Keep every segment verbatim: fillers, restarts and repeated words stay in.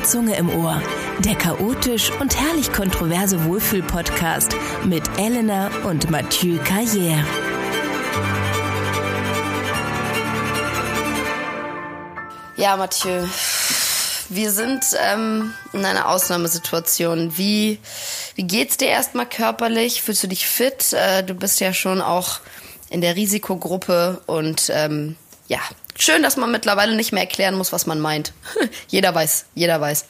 Zunge im Ohr. Der chaotisch und herrlich kontroverse Wohlfühl-Podcast mit Elena und Mathieu Carrière. Ja, Mathieu, wir sind ähm, in einer Ausnahmesituation. Wie, wie geht's dir erstmal körperlich? Fühlst du dich fit? Äh, du bist ja schon auch in der Risikogruppe und ähm, ja, schön, dass man mittlerweile nicht mehr erklären muss, was man meint. Jeder weiß, jeder weiß.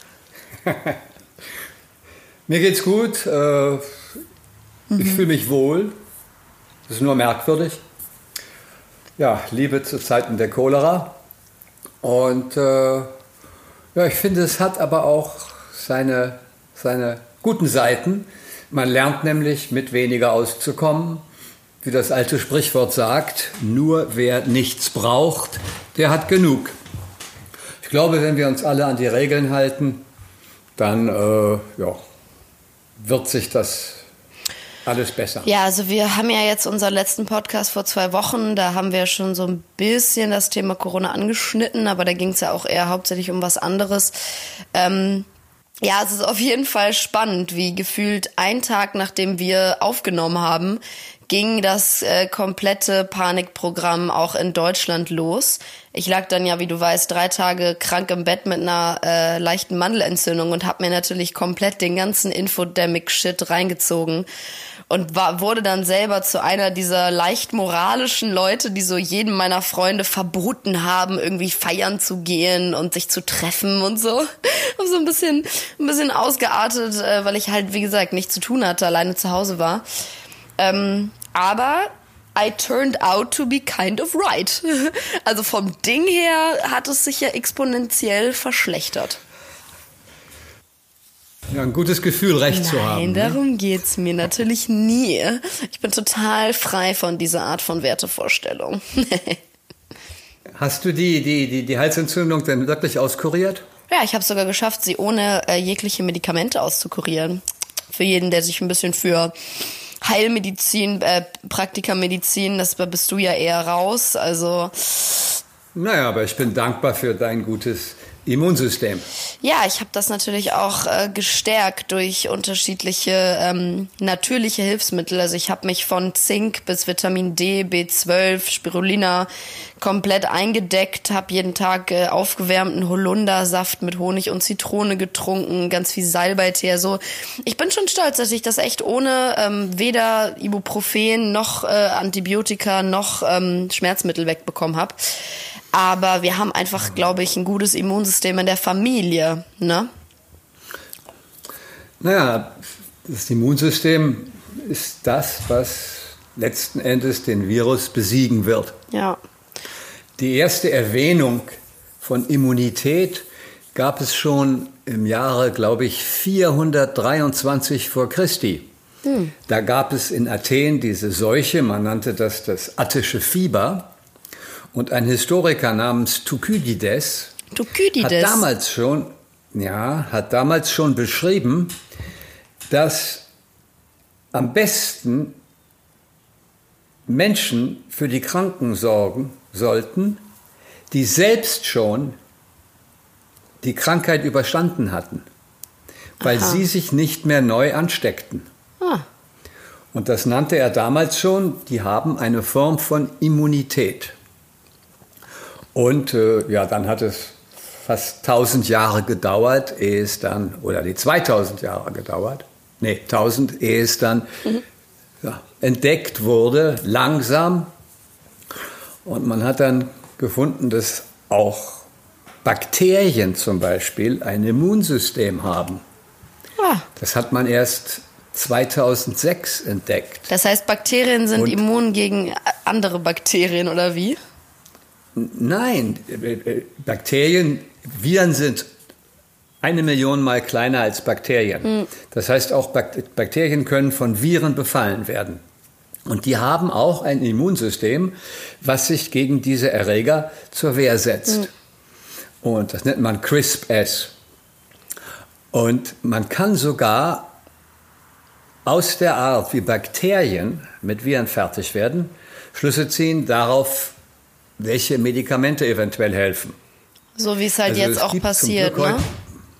Mir geht's gut. Äh, mhm. Ich fühle mich wohl. Das ist nur merkwürdig. Ja, Liebe zu Zeiten der Cholera. Und äh, ja, ich finde, es hat aber auch seine, seine guten Seiten. Man lernt nämlich, mit weniger auszukommen. Wie das alte Sprichwort sagt, nur wer nichts braucht, der hat genug. Ich glaube, wenn wir uns alle an die Regeln halten, dann äh, ja, wird sich das alles besser. Ja, also wir haben ja jetzt unseren letzten Podcast vor zwei Wochen, da haben wir schon so ein bisschen das Thema Corona angeschnitten, aber da ging es ja auch eher hauptsächlich um was anderes. Ähm, ja, es ist auf jeden Fall spannend, wie gefühlt ein Tag, nachdem wir aufgenommen haben, ging das äh, komplette Panikprogramm auch in Deutschland los. Ich lag dann ja, wie du weißt, drei Tage krank im Bett mit einer äh, leichten Mandelentzündung und habe mir natürlich komplett den ganzen Infodemic-Shit reingezogen und war, wurde dann selber zu einer dieser leicht moralischen Leute, die so jedem meiner Freunde verboten haben, irgendwie feiern zu gehen und sich zu treffen und so. Hab so ein bisschen, ein bisschen ausgeartet, äh, weil ich halt, wie gesagt, nichts zu tun hatte, alleine zu Hause war. Ähm, aber I turned out to be kind of right. Also vom Ding her hat es sich ja exponentiell verschlechtert. Ja, ein gutes Gefühl, recht Nein, zu haben. Nein, darum ne? geht's mir natürlich nie. Ich bin total frei von dieser Art von Wertevorstellung. Hast du die, die, die, die Halsentzündung denn wirklich auskuriert? Ja, ich habe es sogar geschafft, sie ohne äh, jegliche Medikamente auszukurieren. Für jeden, der sich ein bisschen für Heilmedizin, äh, Praktikermedizin, das bist du ja eher raus, also... Naja, aber ich bin dankbar für dein gutes Immunsystem. Ja, ich habe das natürlich auch äh, gestärkt durch unterschiedliche ähm, natürliche Hilfsmittel. Also ich habe mich von Zink bis Vitamin D, B zwölf, Spirulina komplett eingedeckt, habe jeden Tag äh, aufgewärmten Holundersaft mit Honig und Zitrone getrunken, ganz viel Salbeitee. Also ich bin schon stolz, dass ich das echt ohne ähm, weder Ibuprofen noch äh, Antibiotika noch ähm, Schmerzmittel wegbekommen habe. Aber wir haben einfach, glaube ich, ein gutes Immunsystem in der Familie, ne? Naja, das Immunsystem ist das, was letzten Endes den Virus besiegen wird. Ja. Die erste Erwähnung von Immunität gab es schon im Jahre, glaube ich, vierhundertdreiundzwanzig vor Christi. Hm. Da gab es in Athen diese Seuche, man nannte das das attische Fieber. Und ein Historiker namens Thukydides, Thukydides. hat damals schon, ja, hat damals schon beschrieben, dass am besten Menschen für die Kranken sorgen sollten, die selbst schon die Krankheit überstanden hatten, weil Aha. sie sich nicht mehr neu ansteckten. Ah. Und das nannte er damals schon, die haben eine Form von Immunität. Und äh, ja, dann hat es fast tausend Jahre gedauert, ehe es dann, oder die zweitausend Jahre gedauert, nee, tausend, ehe es dann mhm. ja, entdeckt wurde, langsam. Und man hat dann gefunden, dass auch Bakterien zum Beispiel ein Immunsystem haben. Ah. Das hat man erst zweitausendsechs entdeckt. Das heißt, Bakterien sind Und immun gegen andere Bakterien, oder wie? Nein, Bakterien, Viren sind eine Million Mal kleiner als Bakterien. Hm. Das heißt, auch Bakterien können von Viren befallen werden. Und die haben auch ein Immunsystem, was sich gegen diese Erreger zur Wehr setzt. Hm. Und das nennt man CRISPR-S. Und man kann sogar aus der Art, wie Bakterien mit Viren fertig werden, Schlüsse ziehen darauf, welche Medikamente eventuell helfen. So wie es halt also jetzt es auch passiert, ne?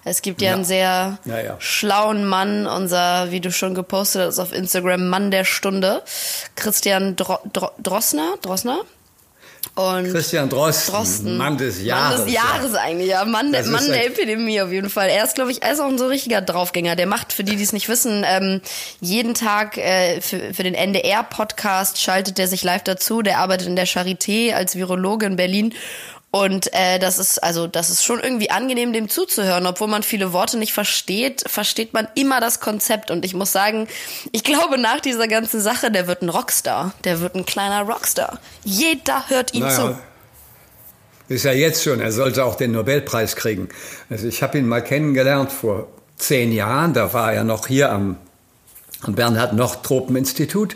Es gibt ja, Ja. einen sehr Ja, ja. schlauen Mann, unser, wie du schon gepostet hast auf Instagram, Mann der Stunde, Christian Dro- Dro- Drossner, Drossner. Und Christian Drosten, Drosten. Mann des Jahres. Mann des Jahres ja. eigentlich, ja. Mann, der, Das Mann ist der ein- Epidemie auf jeden Fall. Er ist, glaube ich, er ist auch ein so richtiger Draufgänger. Der macht, für die, die es nicht wissen, ähm, jeden Tag äh, für, für den N D R-Podcast schaltet er sich live dazu. Der arbeitet in der Charité als Virologe in Berlin. Und äh, das ist also das ist schon irgendwie angenehm, dem zuzuhören. Obwohl man viele Worte nicht versteht, versteht man immer das Konzept. Und ich muss sagen, ich glaube, nach dieser ganzen Sache, der wird ein Rockstar. Der wird ein kleiner Rockstar. Jeder hört ihm Naja, zu. ist ja jetzt schon. Er sollte auch den Nobelpreis kriegen. Also ich habe ihn mal kennengelernt vor zehn Jahren. Da war er noch hier am, am Bernhard-Nocht-Tropen-Institut.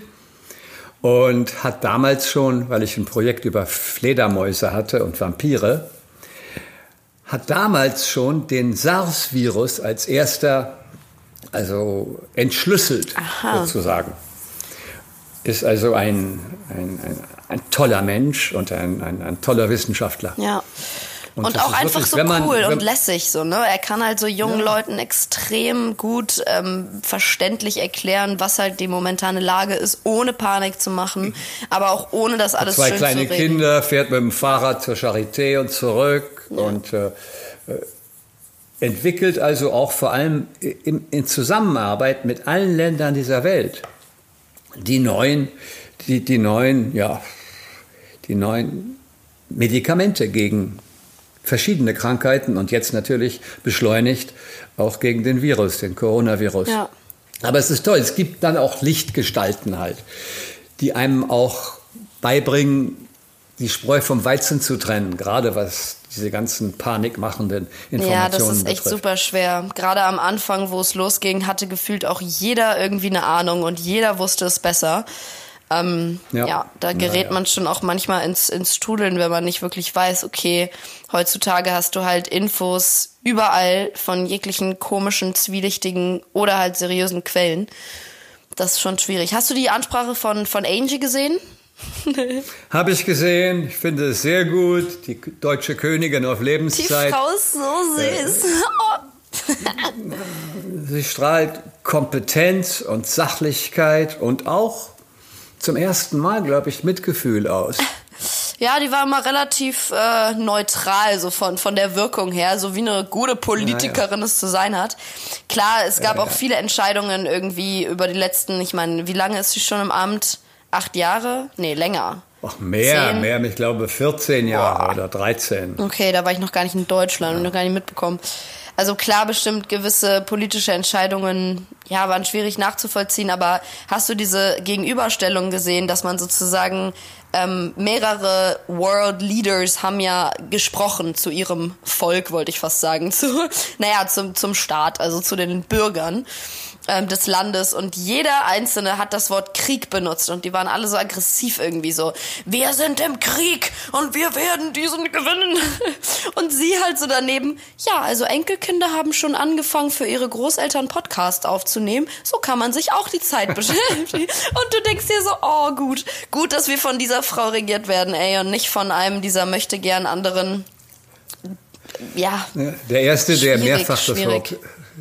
Und hat damals schon, weil ich ein Projekt über Fledermäuse hatte und Vampire, hat damals schon den SARS-Virus als erster, also entschlüsselt Aha. sozusagen. Ist also ein, ein, ein, ein toller Mensch und ein, ein, ein toller Wissenschaftler. Ja. Und, Und das auch ist einfach wirklich, so wenn man- cool wenn- und lässig, so, ne? Er kann halt so jungen Ja. Leuten extrem gut ähm, verständlich erklären, was halt die momentane Lage ist, ohne Panik zu machen, aber auch ohne das alles Zwei schön kleine zu reden. Kinder, fährt mit dem Fahrrad zur Charité und zurück und äh, äh, entwickelt also auch vor allem in, in Zusammenarbeit mit allen Ländern dieser Welt die neuen, die, die neuen, ja, die neuen Medikamente gegen verschiedene Krankheiten und jetzt natürlich beschleunigt auch gegen den Virus, den Coronavirus. Ja. Aber es ist toll, es gibt dann auch Lichtgestalten halt, die einem auch beibringen, die Spreu vom Weizen zu trennen, gerade was diese ganzen panikmachenden Informationen Ja, das ist echt betrifft. super schwer. Gerade am Anfang, wo es losging, hatte gefühlt auch jeder irgendwie eine Ahnung und jeder wusste es besser. Ähm, ja. Ja. da gerät Ja, ja. man schon auch manchmal ins, ins Strudeln, wenn man nicht wirklich weiß, okay, heutzutage hast du halt Infos überall von jeglichen komischen, zwielichtigen oder halt seriösen Quellen. Das ist schon schwierig. Hast du die Ansprache von, von Angie gesehen? Habe ich gesehen, ich finde es sehr gut, die deutsche Königin auf Die Lebenszeit. Frau ist so süß. Oh. Sie strahlt Kompetenz und Sachlichkeit und auch zum ersten Mal, glaube ich, Mitgefühl aus. Ja, die war immer relativ äh, neutral, so von, von der Wirkung her, so wie eine gute Politikerin Ja, ja. es zu sein hat. Klar, es gab Ja, auch ja. viele Entscheidungen irgendwie über die letzten, ich meine, wie lange ist sie schon im Amt? Acht Jahre? Nee, länger. Ach, mehr, Zehn? mehr, ich glaube vierzehn Jahre Boah. oder dreizehn. Okay, da war ich noch gar nicht in Deutschland und noch gar nicht mitbekommen. Also klar, bestimmt gewisse politische Entscheidungen, ja, waren schwierig nachzuvollziehen, aber hast du diese Gegenüberstellung gesehen, dass man sozusagen ähm, mehrere World Leaders haben ja gesprochen zu ihrem Volk, wollte ich fast sagen, zu, naja, zum, zum Staat, also zu den Bürgern ähm, des Landes, und jeder Einzelne hat das Wort Krieg benutzt und die waren alle so aggressiv irgendwie so, wir sind im Krieg und wir werden diesen gewinnen. Und sie halt so daneben, ja, also Enkelkinder haben schon angefangen, für ihre Großeltern Podcast aufzunehmen, so kann man sich auch die Zeit beschäftigen. Und du denkst dir so, oh gut, gut, dass wir von dieser Frau regiert werden, ey, und nicht von einem dieser möchte gern anderen, ja. Der erste, der Schwierig, mehrfach das schwierig. Wort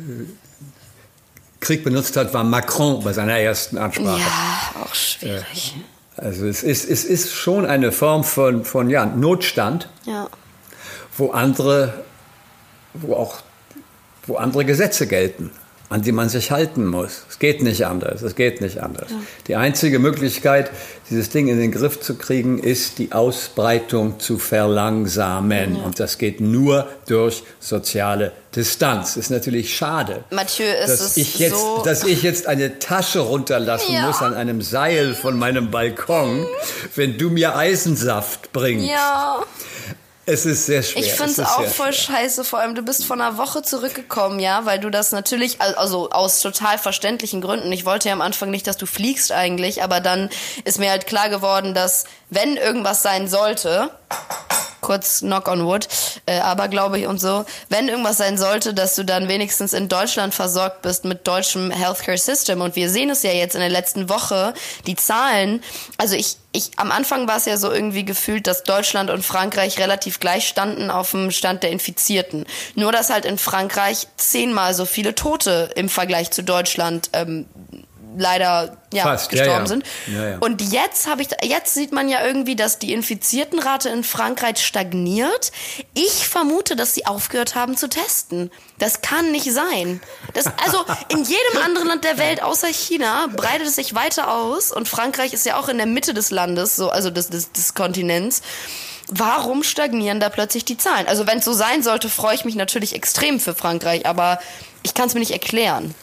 Krieg benutzt hat, war Macron bei seiner ersten Ansprache. Ja, auch schwierig. Also es ist, es ist schon eine Form von, von ja, Notstand, Ja. wo andere, wo auch, wo andere Gesetze gelten, an die man sich halten muss. Es geht nicht anders, es geht nicht anders. Ja. Die einzige Möglichkeit, dieses Ding in den Griff zu kriegen, ist, die Ausbreitung zu verlangsamen. Ja. Und das geht nur durch soziale Distanz. Ist natürlich schade, Mathieu, ist dass, es ich jetzt, so dass ich jetzt eine Tasche runterlassen Ja. muss an einem Seil von meinem Balkon, wenn du mir Eisensaft bringst. Ja. Es ist sehr schwer. Ich finde es auch voll scheiße, vor allem du bist vor einer Woche zurückgekommen, ja, weil du das natürlich, also aus total verständlichen Gründen, ich wollte ja am Anfang nicht, dass du fliegst eigentlich, aber dann ist mir halt klar geworden, dass wenn irgendwas sein sollte, kurz knock on wood, äh, aber glaube ich und so, wenn irgendwas sein sollte, dass du dann wenigstens in Deutschland versorgt bist mit deutschem Healthcare System. Und wir sehen es ja jetzt in der letzten Woche, die Zahlen, also ich, ich, am Anfang war es ja so irgendwie gefühlt, dass Deutschland und Frankreich relativ gleich standen auf dem Stand der Infizierten. Nur, dass halt in Frankreich zehnmal so viele Tote im Vergleich zu Deutschland ähm, leider ja, Fast, gestorben ja, ja. sind. Ja, ja. Und jetzt habe ich, jetzt sieht man ja irgendwie, dass die Infiziertenrate in Frankreich stagniert. Ich vermute, dass sie aufgehört haben zu testen. Das kann nicht sein. Das, also in jedem anderen Land der Welt außer China breitet es sich weiter aus und Frankreich ist ja auch in der Mitte des Landes, so also des, des, des Kontinents. Warum stagnieren da plötzlich die Zahlen? Also wenn es so sein sollte, freue ich mich natürlich extrem für Frankreich, aber ich kann es mir nicht erklären.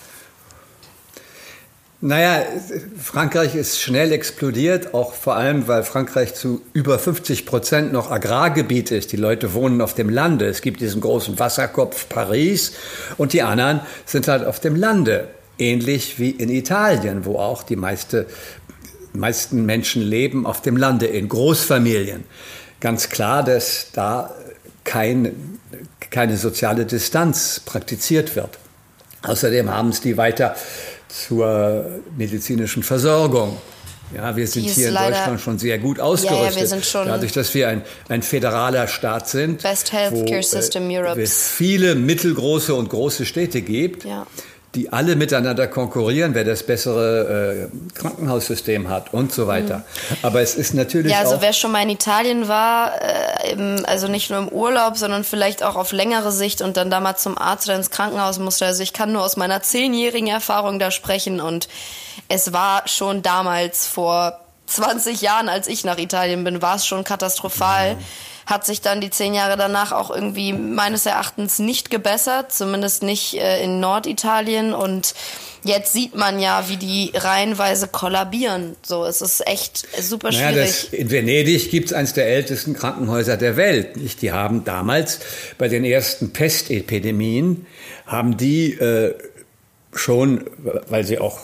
Naja, Frankreich ist schnell explodiert, auch vor allem, weil Frankreich zu über fünfzig Prozent noch Agrargebiet ist. Die Leute wohnen auf dem Lande. Es gibt diesen großen Wasserkopf Paris und die anderen sind halt auf dem Lande. Ähnlich wie in Italien, wo auch die meiste, meisten Menschen leben auf dem Lande, in Großfamilien. Ganz klar, dass da kein, keine soziale Distanz praktiziert wird. Außerdem haben es die weiter zur medizinischen Versorgung. Ja, wir sind hier in Deutschland schon sehr gut ausgerüstet. Ja, ja, wir sind schon dadurch, dass wir ein, ein föderaler Staat sind, Best Healthcare wo System äh, Europe. es viele mittelgroße und große Städte gibt, ja. die alle miteinander konkurrieren, wer das bessere äh, Krankenhaussystem hat und so weiter. Mhm. Aber es ist natürlich Ja, also auch wer schon mal in Italien war, äh, im, also nicht nur im Urlaub, sondern vielleicht auch auf längere Sicht und dann da mal zum Arzt oder ins Krankenhaus musste. Also ich kann nur aus meiner zehnjährigen Erfahrung da sprechen und es war schon damals vor zwanzig Jahren, als ich nach Italien bin, war es schon katastrophal. Mhm. Hat sich dann die zehn Jahre danach auch irgendwie meines Erachtens nicht gebessert, zumindest nicht äh, in Norditalien. Und jetzt sieht man ja, wie die reihenweise kollabieren. So, es ist echt super schwierig. Naja, das, in Venedig gibt es eines der ältesten Krankenhäuser der Welt. Nicht? Die haben damals bei den ersten Pestepidemien, haben die äh, schon, weil sie auch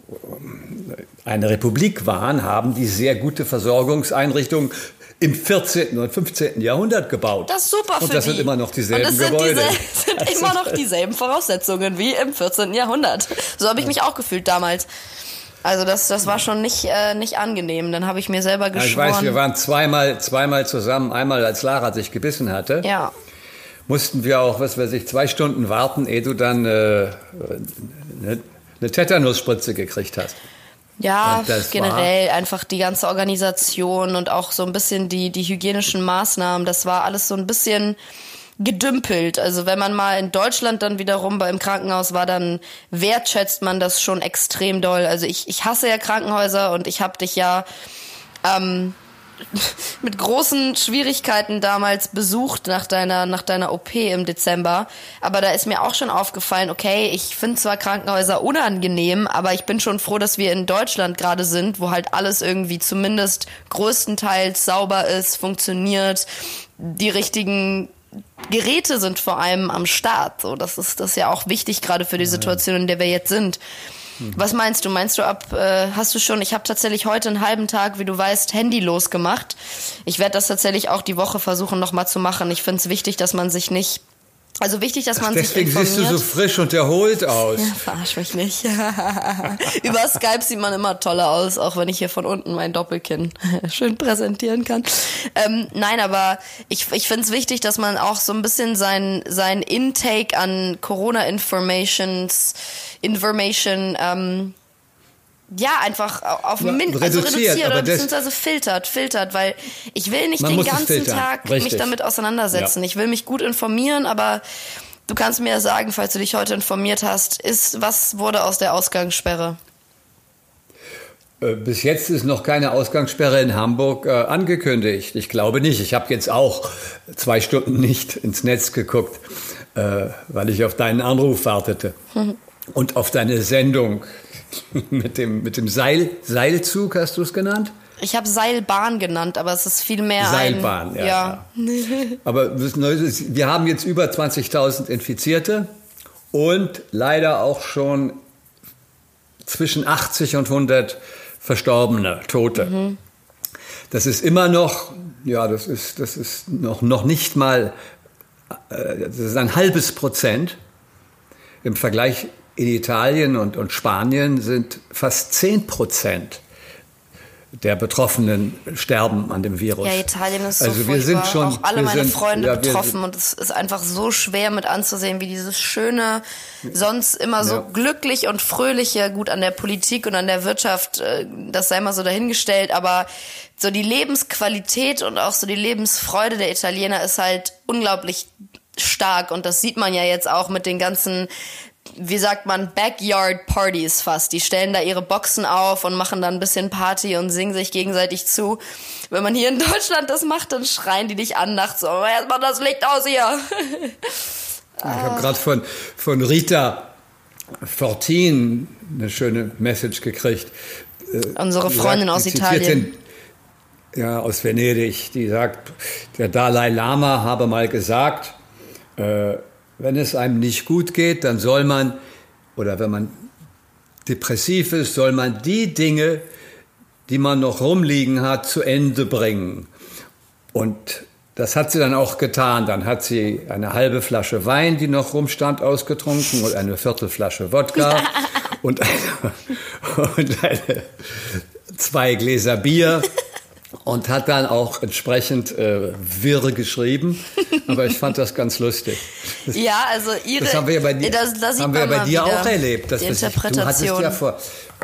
eine Republik waren, haben die sehr gute Versorgungseinrichtungen im vierzehnten und fünfzehnten Jahrhundert gebaut. Das ist super für die. Und das sind immer noch dieselben und das sind Gebäude. Diese, sind immer noch dieselben Voraussetzungen wie im vierzehnten Jahrhundert. So habe ich mich auch gefühlt damals. Also das, das war schon nicht, äh, nicht angenehm. Dann habe ich mir selber geschworen. Ja, ich weiß, wir waren zweimal, zweimal zusammen. Einmal, als Lara sich gebissen hatte. Ja. Mussten wir auch, was weiß ich, zwei Stunden warten, ehe du dann äh, eine, eine Tetanusspritze gekriegt hast. Ja, generell einfach die ganze Organisation und auch so ein bisschen die, die hygienischen Maßnahmen, das war alles so ein bisschen gedümpelt. Also wenn man mal in Deutschland dann wiederum beim Krankenhaus war, dann wertschätzt man das schon extrem doll. Also ich, ich hasse ja Krankenhäuser und ich habe dich ja ähm, mit großen Schwierigkeiten damals besucht nach deiner nach deiner O P im Dezember. Aber da ist mir auch schon aufgefallen, okay, ich finde zwar Krankenhäuser unangenehm, aber ich bin schon froh, dass wir in Deutschland gerade sind, wo halt alles irgendwie zumindest größtenteils sauber ist, funktioniert, die richtigen Geräte sind vor allem am Start. So, das ist das ist ja auch wichtig, gerade für die Situation, in der wir jetzt sind. Was meinst du? Meinst du ab, äh, hast du schon, ich habe tatsächlich heute einen halben Tag, wie du weißt, Handy losgemacht. Ich werde das tatsächlich auch die Woche versuchen nochmal zu machen. Ich finde es wichtig, dass man sich nicht, also wichtig, dass man Ach, sich informiert. Deswegen siehst du so frisch und erholt aus. Ja, verarsch mich nicht. Über Skype sieht man immer toller aus, auch wenn ich hier von unten mein Doppelkinn schön präsentieren kann. Ähm, nein, aber ich, ich finde es wichtig, dass man auch so ein bisschen sein, sein Intake an Corona-Informations, Information, ähm, ja, einfach auf ja, Min- reduziert, also reduziert oder das, beziehungsweise filtert, filtert, weil ich will nicht den ganzen Tag Richtig. mich damit auseinandersetzen. Ja. Ich will mich gut informieren, aber du kannst mir ja sagen, falls du dich heute informiert hast, ist, was wurde aus der Ausgangssperre? Bis jetzt ist noch keine Ausgangssperre in Hamburg äh, angekündigt. Ich glaube nicht. Ich habe jetzt auch zwei Stunden nicht ins Netz geguckt, äh, weil ich auf deinen Anruf wartete. Mhm. Und auf deine Sendung mit dem, mit dem Seil, Seilzug, hast du es genannt? Ich habe Seilbahn genannt, aber es ist viel mehr Seilbahn, ein... ja. ja. ja. Aber wir haben jetzt über zwanzigtausend Infizierte und leider auch schon zwischen achtzig und hundert Verstorbene, Tote. Mhm. Das ist immer noch, ja, das ist, das ist noch, noch nicht mal, äh, das ist ein halbes Prozent. Im Vergleich in Italien und, und Spanien sind fast zehn Prozent der Betroffenen sterben an dem Virus. Ja, Italien ist so also wir furchtbar. Sind schon, auch alle meine sind, Freunde ja, betroffen und es ist einfach so schwer mit anzusehen, wie dieses schöne, sonst immer so ja. glücklich und fröhliche, gut an der Politik und an der Wirtschaft, das sei mal so dahingestellt, aber so die Lebensqualität und auch so die Lebensfreude der Italiener ist halt unglaublich stark und das sieht man ja jetzt auch mit den ganzen, wie sagt man, Backyard-Partys fast. Die stellen da ihre Boxen auf und machen dann ein bisschen Party und singen sich gegenseitig zu. Wenn man hier in Deutschland das macht, dann schreien die dich an nachts so, erstmal das Licht aus hier. Ich habe gerade von, von Rita Fortin eine schöne Message gekriegt. Unsere Freundin sagt, aus Italien. Den, ja, aus Venedig. Die sagt, der Dalai Lama habe mal gesagt, äh, wenn es einem nicht gut geht, dann soll man, oder wenn man depressiv ist, soll man die Dinge, die man noch rumliegen hat, zu Ende bringen. Und das hat sie dann auch getan. Dann hat sie eine halbe Flasche Wein, die noch rumstand, ausgetrunken und eine Viertelflasche Wodka und, eine, und eine, zwei Gläser Bier. Und hat dann auch entsprechend äh, wirr geschrieben. Aber ich fand das ganz lustig. Das, ja, also ihre... Das haben wir ja bei dir, das, das haben wir bei dir auch erlebt. Dass die das, Interpretation. Du hattest ja vor,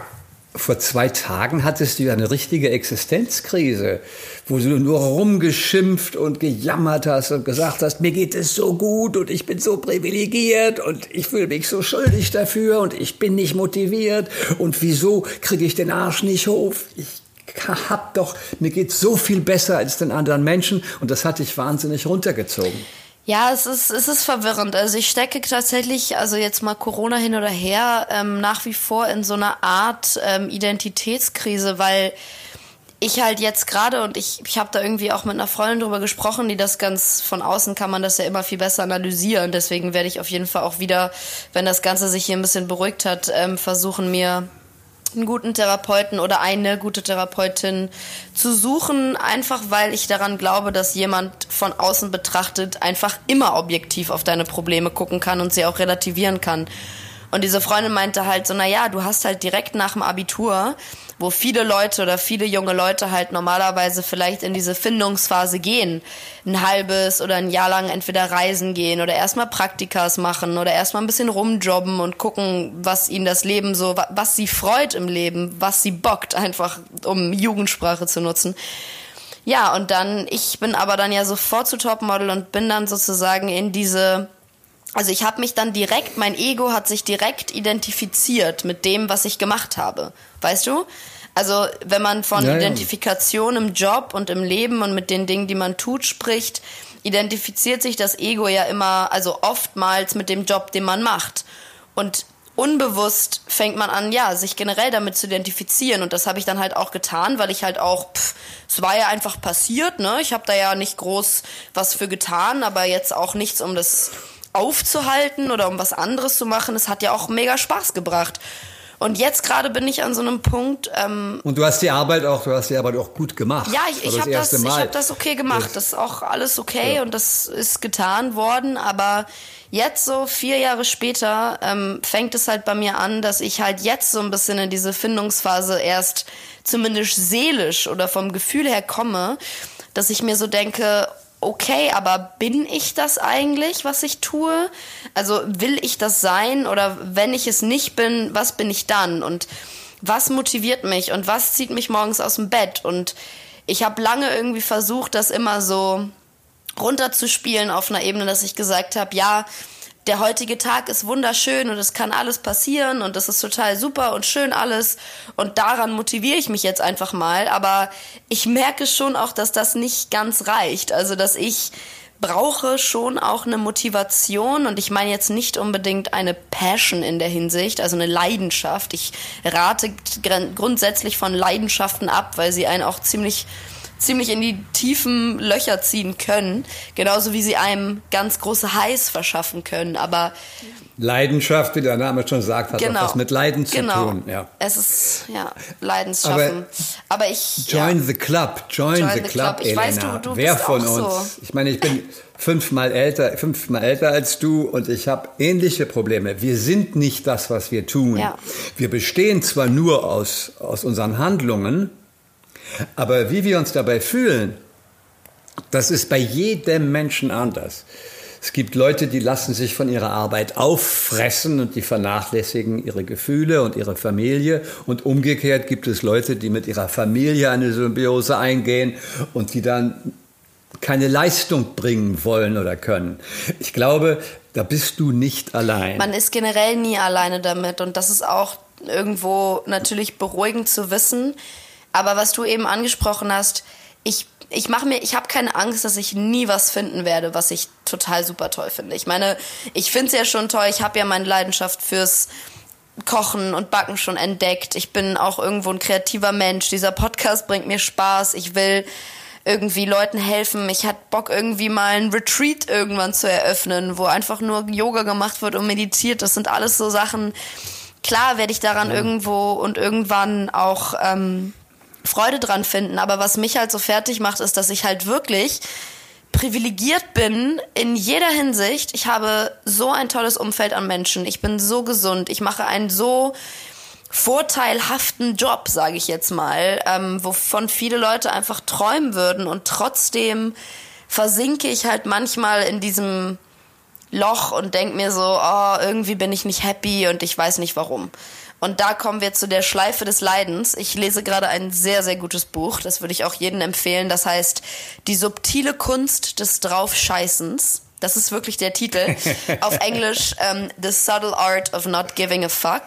vor zwei Tagen hattest du ja eine richtige Existenzkrise, wo du nur rumgeschimpft und gejammert hast und gesagt hast, mir geht es so gut und ich bin so privilegiert und ich fühle mich so schuldig dafür und ich bin nicht motiviert und wieso kriege ich den Arsch nicht hoch? Ich hab doch, mir geht's so viel besser als den anderen Menschen und das hat dich wahnsinnig runtergezogen. Ja, es ist, es ist verwirrend. Also ich stecke tatsächlich, also jetzt mal Corona hin oder her, ähm, nach wie vor in so einer Art ähm, Identitätskrise, weil ich halt jetzt gerade, und ich, ich habe da irgendwie auch mit einer Freundin drüber gesprochen, die das ganz, von außen kann man das ja immer viel besser analysieren, deswegen werde ich auf jeden Fall auch wieder, wenn das Ganze sich hier ein bisschen beruhigt hat, ähm, versuchen mir einen guten Therapeuten oder eine gute Therapeutin zu suchen, einfach weil ich daran glaube, dass jemand von außen betrachtet einfach immer objektiv auf deine Probleme gucken kann und sie auch relativieren kann. Und diese Freundin meinte halt so, na ja, du hast halt direkt nach dem Abitur, wo viele Leute oder viele junge Leute halt normalerweise vielleicht in diese Findungsphase gehen, ein halbes oder ein Jahr lang entweder reisen gehen oder erstmal Praktikas machen oder erstmal ein bisschen rumjobben und gucken, was ihnen das Leben so, was sie freut im Leben, was sie bockt, einfach um Jugendsprache zu nutzen. Ja, und dann, ich bin aber dann ja sofort zu Topmodel und bin dann sozusagen in diese... Also ich habe mich dann direkt, mein Ego hat sich direkt identifiziert mit dem, was ich gemacht habe. Weißt du? Also wenn man von ja, Identifikation im Job und im Leben und mit den Dingen, die man tut, spricht, identifiziert sich das Ego ja immer, also oftmals mit dem Job, den man macht. Und unbewusst fängt man an, ja, sich generell damit zu identifizieren. Und das habe ich dann halt auch getan, weil ich halt auch, pff, es war ja einfach passiert, ne? Ich habe da ja nicht groß was für getan, aber jetzt auch nichts, um das aufzuhalten oder um was anderes zu machen. Es hat ja auch mega Spaß gebracht. Und jetzt gerade bin ich an so einem Punkt. Ähm, und du hast die Arbeit auch, du hast die Arbeit auch gut gemacht. Ja, ich, ich habe das, ich hab das okay gemacht. Das ist auch alles okay ja. Und das ist getan worden. Aber jetzt so vier Jahre später ähm, fängt es halt bei mir an, dass ich halt jetzt so ein bisschen in diese Findungsphase erst zumindest seelisch oder vom Gefühl her komme, dass ich mir so denke, okay, aber bin ich das eigentlich, was ich tue? Also will ich das sein oder wenn ich es nicht bin, was bin ich dann? Und was motiviert mich und was zieht mich morgens aus dem Bett? Und ich habe lange irgendwie versucht, das immer so runterzuspielen auf einer Ebene, dass ich gesagt habe, ja, der heutige Tag ist wunderschön und es kann alles passieren und das ist total super und schön alles und daran motiviere ich mich jetzt einfach mal, aber ich merke schon auch, dass das nicht ganz reicht, also dass ich brauche schon auch eine Motivation und ich meine jetzt nicht unbedingt eine Passion in der Hinsicht, also eine Leidenschaft. Ich rate grundsätzlich von Leidenschaften ab, weil sie einen auch ziemlich ziemlich in die tiefen Löcher ziehen können. Genauso wie sie einem ganz große Highs verschaffen können. Aber Leidenschaft, wie der Name schon sagt, hat genau, auch was mit Leiden zu genau. tun. Ja. Es ist, ja, Leidensschaffen. Aber, Aber ich... Join ja. the club, join, join the, the club, club. Ich Elena. Weiß, du, du Wer bist von uns? So. Ich meine, ich bin fünfmal älter, fünfmal älter als du und ich habe ähnliche Probleme. Wir sind nicht das, was wir tun. Ja. Wir bestehen zwar nur aus, aus unseren Handlungen, aber wie wir uns dabei fühlen, das ist bei jedem Menschen anders. Es gibt Leute, die lassen sich von ihrer Arbeit auffressen und die vernachlässigen ihre Gefühle und ihre Familie. Und umgekehrt gibt es Leute, die mit ihrer Familie eine Symbiose eingehen und die dann keine Leistung bringen wollen oder können. Ich glaube, da bist du nicht allein. Man ist generell nie alleine damit und das ist auch irgendwo natürlich beruhigend zu wissen. Aber was du eben angesprochen hast, ich Ich mache mir, ich habe keine Angst, dass ich nie was finden werde, was ich total super toll finde. Ich meine, ich finde es ja schon toll. Ich habe ja meine Leidenschaft fürs Kochen und Backen schon entdeckt. Ich bin auch irgendwo ein kreativer Mensch. Dieser Podcast bringt mir Spaß. Ich will irgendwie Leuten helfen. Ich hatte Bock, irgendwie mal ein Retreat irgendwann zu eröffnen, wo einfach nur Yoga gemacht wird und meditiert. Das sind alles so Sachen. Klar werde ich daran ja. irgendwo und irgendwann auch ähm, Freude dran finden, aber was mich halt so fertig macht, ist, dass ich halt wirklich privilegiert bin in jeder Hinsicht. Ich habe so ein tolles Umfeld an Menschen, ich bin so gesund, ich mache einen so vorteilhaften Job, sage ich jetzt mal, ähm, wovon viele Leute einfach träumen würden und trotzdem versinke ich halt manchmal in diesem Loch und denke mir so, oh, irgendwie bin ich nicht happy und ich weiß nicht warum. Und da kommen wir zu der Schleife des Leidens. Ich lese gerade ein sehr, sehr gutes Buch. Das würde ich auch jedem empfehlen. Das heißt, Die subtile Kunst des Draufscheißens. Das ist wirklich der Titel. Auf Englisch um, The Subtle Art of Not Giving a Fuck.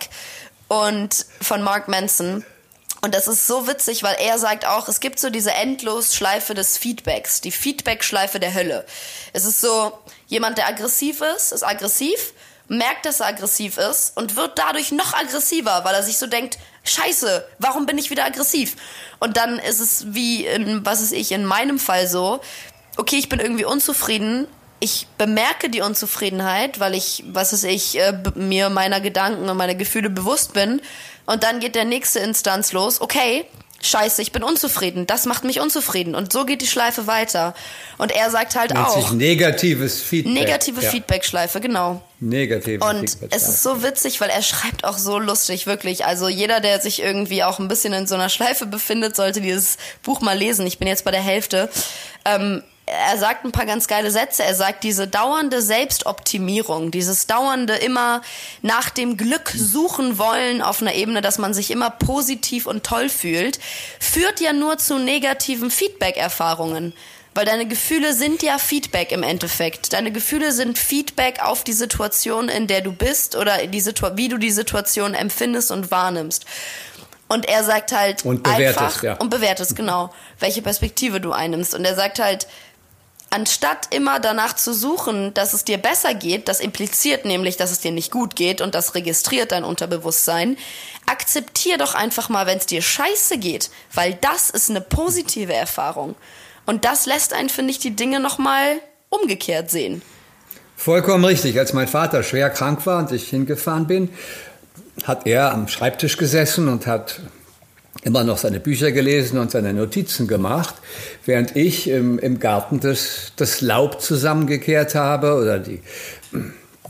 Und von Mark Manson. Und das ist so witzig, weil er sagt auch, es gibt so diese Endlosschleife des Feedbacks. Die Feedback-Schleife der Hölle. Es ist so, jemand, der aggressiv ist, ist aggressiv, merkt, dass er aggressiv ist und wird dadurch noch aggressiver, weil er sich so denkt, scheiße, warum bin ich wieder aggressiv? Und dann ist es wie, in, was ist ich, in meinem Fall so, okay, ich bin irgendwie unzufrieden, ich bemerke die Unzufriedenheit, weil ich, was weiß ich, äh, mir meiner Gedanken und meiner Gefühle bewusst bin und dann geht der nächste Instanz los, okay, scheiße, ich bin unzufrieden, das macht mich unzufrieden und so geht die Schleife weiter. Und er sagt halt Nennt auch... sich negatives Feedback. Negative ja. Feedback-Schleife, genau. Negative Und Feedback-Schleife. Es ist so witzig, weil er schreibt auch so lustig, wirklich. Also jeder, der sich irgendwie auch ein bisschen in so einer Schleife befindet, sollte dieses Buch mal lesen. Ich bin jetzt bei der Hälfte. Ähm, er sagt ein paar ganz geile Sätze. Er sagt, diese dauernde Selbstoptimierung, dieses dauernde immer nach dem Glück suchen wollen auf einer Ebene, dass man sich immer positiv und toll fühlt, führt ja nur zu negativen Feedback-Erfahrungen. Weil deine Gefühle sind ja Feedback im Endeffekt. Deine Gefühle sind Feedback auf die Situation, in der du bist oder die Situ- wie du die Situation empfindest und wahrnimmst. Und er sagt halt und bewertest, einfach ja. und bewertest, genau, welche Perspektive du einnimmst. Und er sagt halt, anstatt immer danach zu suchen, dass es dir besser geht, das impliziert nämlich, dass es dir nicht gut geht und das registriert dein Unterbewusstsein, akzeptier doch einfach mal, wenn es dir scheiße geht, weil das ist eine positive Erfahrung. Und das lässt einen, finde ich, die Dinge nochmal umgekehrt sehen. Vollkommen richtig. Als mein Vater schwer krank war und ich hingefahren bin, hat er am Schreibtisch gesessen und hat immer noch seine Bücher gelesen und seine Notizen gemacht, während ich im, im Garten das, das Laub zusammengekehrt habe oder die äh,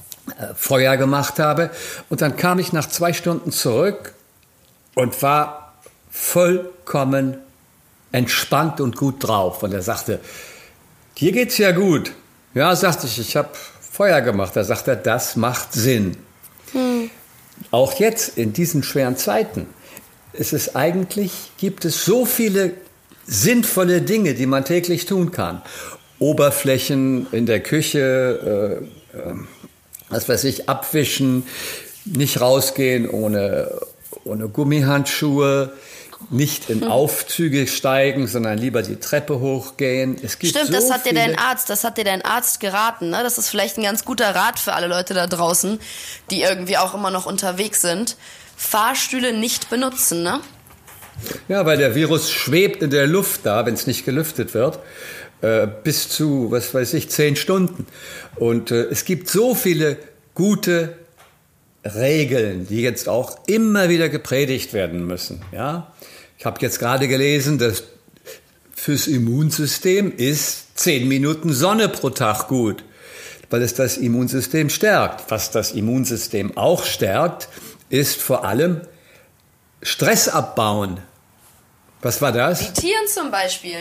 Feuer gemacht habe. Und dann kam ich nach zwei Stunden zurück und war vollkommen entspannt und gut drauf. Und er sagte, dir geht's ja gut. Ja, sagte ich, ich habe Feuer gemacht. Da sagt er, das macht Sinn. Hm. Auch jetzt in diesen schweren Zeiten ist es eigentlich, gibt es so viele sinnvolle Dinge, die man täglich tun kann. Oberflächen in der Küche, äh, äh, was weiß ich, abwischen, nicht rausgehen ohne, ohne Gummihandschuhe, nicht in Aufzüge steigen, sondern lieber die Treppe hochgehen. Es gibt Stimmt, so das hat dir viele dein Arzt, das hat dir dein Arzt geraten, ne? Das ist vielleicht ein ganz guter Rat für alle Leute da draußen, die irgendwie auch immer noch unterwegs sind. Fahrstühle nicht benutzen, ne? Ja, weil der Virus schwebt in der Luft da, wenn es nicht gelüftet wird, äh, bis zu, was weiß ich, zehn Stunden. Und äh, es gibt so viele gute Regeln, die jetzt auch immer wieder gepredigt werden müssen. Ja? Ich habe jetzt gerade gelesen, dass fürs Immunsystem ist zehn Minuten Sonne pro Tag gut, weil es das Immunsystem stärkt. Was das Immunsystem auch stärkt, ist vor allem Stress abbauen. Was war das? Meditieren zum Beispiel.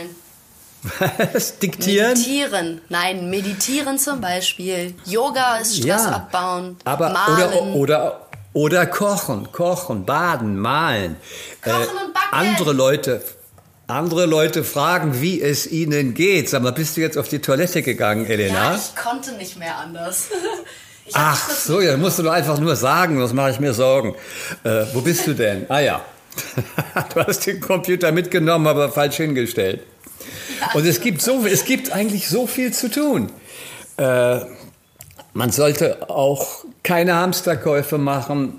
Was? Diktieren? Meditieren. Nein, meditieren zum Beispiel. Yoga ist Stress ja, abbauen. Aber malen. Oder, oder, oder kochen, kochen, baden, malen. Kochen und backen. Andere Leute, andere Leute fragen, wie es ihnen geht. Sag mal, bist du jetzt auf die Toilette gegangen, Elena? Ja, ich konnte nicht mehr anders. Ach so, ja, musst du doch einfach nur sagen, sonst mache ich mir Sorgen. Äh, wo bist du denn? Ah ja, du hast den Computer mitgenommen, aber falsch hingestellt. Und es gibt so, es gibt eigentlich so viel zu tun. Äh, man sollte auch keine Hamsterkäufe machen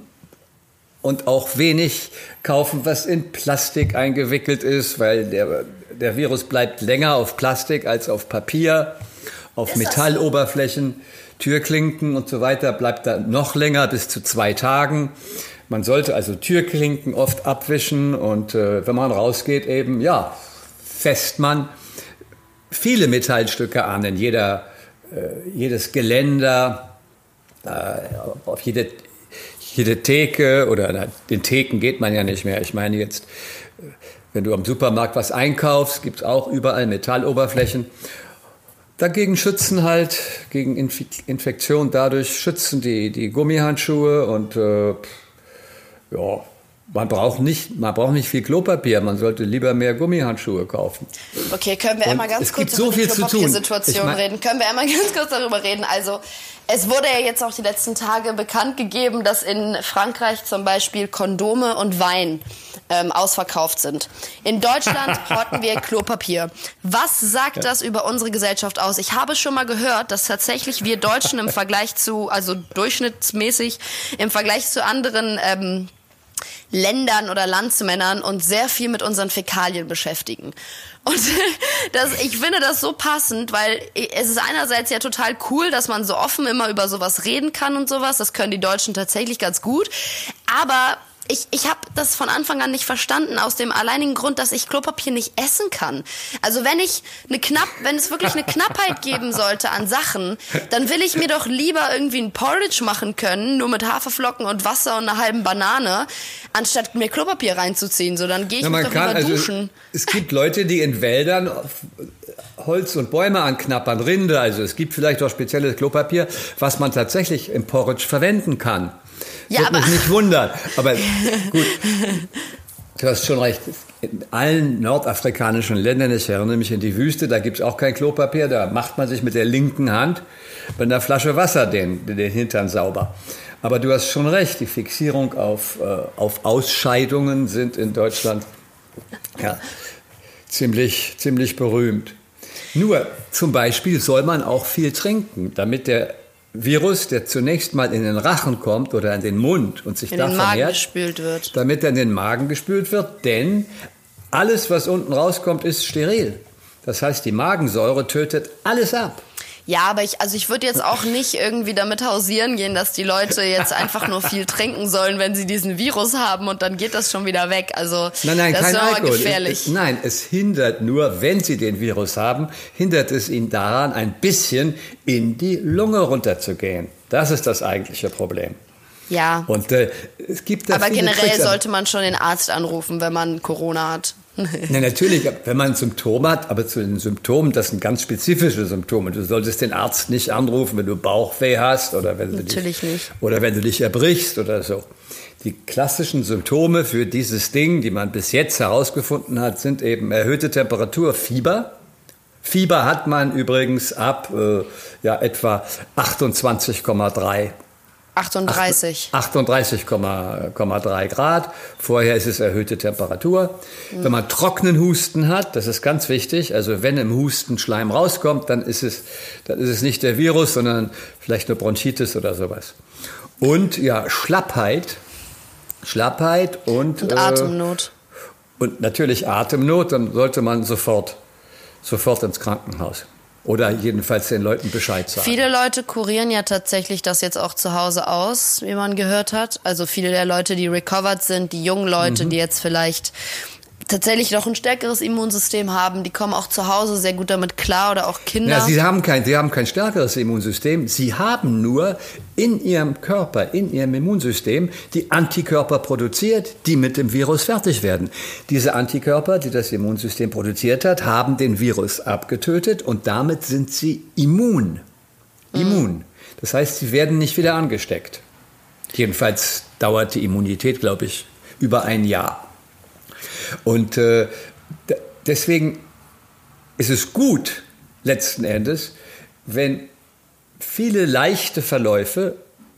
und auch wenig kaufen, was in Plastik eingewickelt ist, weil der, der Virus bleibt länger auf Plastik als auf Papier, auf Metalloberflächen. Türklinken und so weiter bleibt da noch länger, bis zu zwei Tagen. Man sollte also Türklinken oft abwischen und äh, wenn man rausgeht eben, ja, fässt man viele Metallstücke an, in jeder, äh, jedes Geländer, äh, auf jede, jede Theke oder na, den Theken geht man ja nicht mehr. Ich meine jetzt, wenn du am Supermarkt was einkaufst, gibt es auch überall Metalloberflächen. Dagegen schützen halt, gegen Infektion, dadurch schützen die, die Gummihandschuhe und äh, ja, man braucht, nicht, man braucht nicht viel Klopapier, man sollte lieber mehr Gummihandschuhe kaufen. Okay, können wir und einmal ganz kurz so über die Klopapier-Situation ich mein, reden? Können wir einmal ganz kurz darüber reden? Also es wurde ja jetzt auch die letzten Tage bekannt gegeben, dass in Frankreich zum Beispiel Kondome und Wein ähm, ausverkauft sind. In Deutschland horten wir Klopapier. Was sagt ja. das über unsere Gesellschaft aus? Ich habe schon mal gehört, dass tatsächlich wir Deutschen im Vergleich zu, also durchschnittsmäßig, im Vergleich zu anderen ähm, Ländern oder Landsmännern uns sehr viel mit unseren Fäkalien beschäftigen. Und das, ich finde das so passend, weil es ist einerseits ja total cool, dass man so offen immer über sowas reden kann und sowas. Das können die Deutschen tatsächlich ganz gut. Aber ich, ich habe das von Anfang an nicht verstanden, aus dem alleinigen Grund, dass ich Klopapier nicht essen kann. Also wenn ich eine Knapp, wenn es wirklich eine Knappheit geben sollte an Sachen, dann will ich mir doch lieber irgendwie ein Porridge machen können, nur mit Haferflocken und Wasser und einer halben Banane, anstatt mir Klopapier reinzuziehen. So, dann gehe ich ja, mich doch kann, lieber duschen. Also, es gibt Leute, die in Wäldern Holz und Bäume anknappern, Rinde. Also es gibt vielleicht auch spezielles Klopapier, was man tatsächlich im Porridge verwenden kann. Ja, würde mich nicht wundern. Aber gut, du hast schon recht. In allen nordafrikanischen Ländern, ich erinnere mich in die Wüste, da gibt es auch kein Klopapier. Da macht man sich mit der linken Hand mit einer Flasche Wasser den, den Hintern sauber. Aber du hast schon recht, die Fixierung auf, äh, auf Ausscheidungen sind in Deutschland ja, ziemlich, ziemlich berühmt. Nur zum Beispiel soll man auch viel trinken, damit der Virus, der zunächst mal in den Rachen kommt oder in den Mund und sich in da den vermehrt, Magen gespült wird. Damit er in den Magen gespült wird, denn alles, was unten rauskommt, ist steril. Das heißt, die Magensäure tötet alles ab. Ja, aber ich, also ich würde jetzt auch nicht irgendwie damit hausieren gehen, dass die Leute jetzt einfach nur viel trinken sollen, wenn sie diesen Virus haben und dann geht das schon wieder weg. Also nein, nein, das kein ist Alkohol. gefährlich. Es, es, nein, es hindert nur, wenn sie den Virus haben, hindert es ihnen daran, ein bisschen in die Lunge runterzugehen. Das ist das eigentliche Problem. Ja. Und äh, es gibt da aber viele generell Tricks, sollte man schon den Arzt anrufen, wenn man Corona hat. Na, natürlich, wenn man Symptome hat, aber zu den Symptomen, das sind ganz spezifische Symptome. Du solltest den Arzt nicht anrufen, wenn du Bauchweh hast oder wenn du natürlich dich, nicht. oder wenn du dich erbrichst oder so. Die klassischen Symptome für dieses Ding, die man bis jetzt herausgefunden hat, sind eben erhöhte Temperatur, Fieber. Fieber hat man übrigens ab äh, ja, etwa achtundzwanzig Komma drei. achtunddreißig. achtunddreißig Komma drei Grad. Vorher ist es erhöhte Temperatur. Mhm. Wenn man trockenen Husten hat, das ist ganz wichtig, also wenn im Husten Schleim rauskommt, dann ist es, dann ist es nicht der Virus, sondern vielleicht eine Bronchitis oder sowas. Und ja, Schlappheit. Schlappheit und, und Atemnot. Äh, und natürlich Atemnot, dann sollte man sofort, sofort ins Krankenhaus. Oder jedenfalls den Leuten Bescheid sagen. Viele Leute kurieren ja tatsächlich das jetzt auch zu Hause aus, wie man gehört hat. Also viele der Leute, die recovered sind, die jungen Leute, mhm. die jetzt vielleicht tatsächlich noch ein stärkeres Immunsystem haben, die kommen auch zu Hause sehr gut damit klar, oder auch Kinder. Ja, sie haben kein, sie haben kein stärkeres Immunsystem. Sie haben nur in ihrem Körper, in ihrem Immunsystem die Antikörper produziert, die mit dem Virus fertig werden. Diese Antikörper, die das Immunsystem produziert hat, haben den Virus abgetötet und damit sind sie immun. Immun. Mhm. Das heißt, sie werden nicht wieder angesteckt. Jedenfalls dauert die Immunität, glaube ich, über ein Jahr. Und äh, d- deswegen ist es gut, letzten Endes, wenn viele leichte Verläufe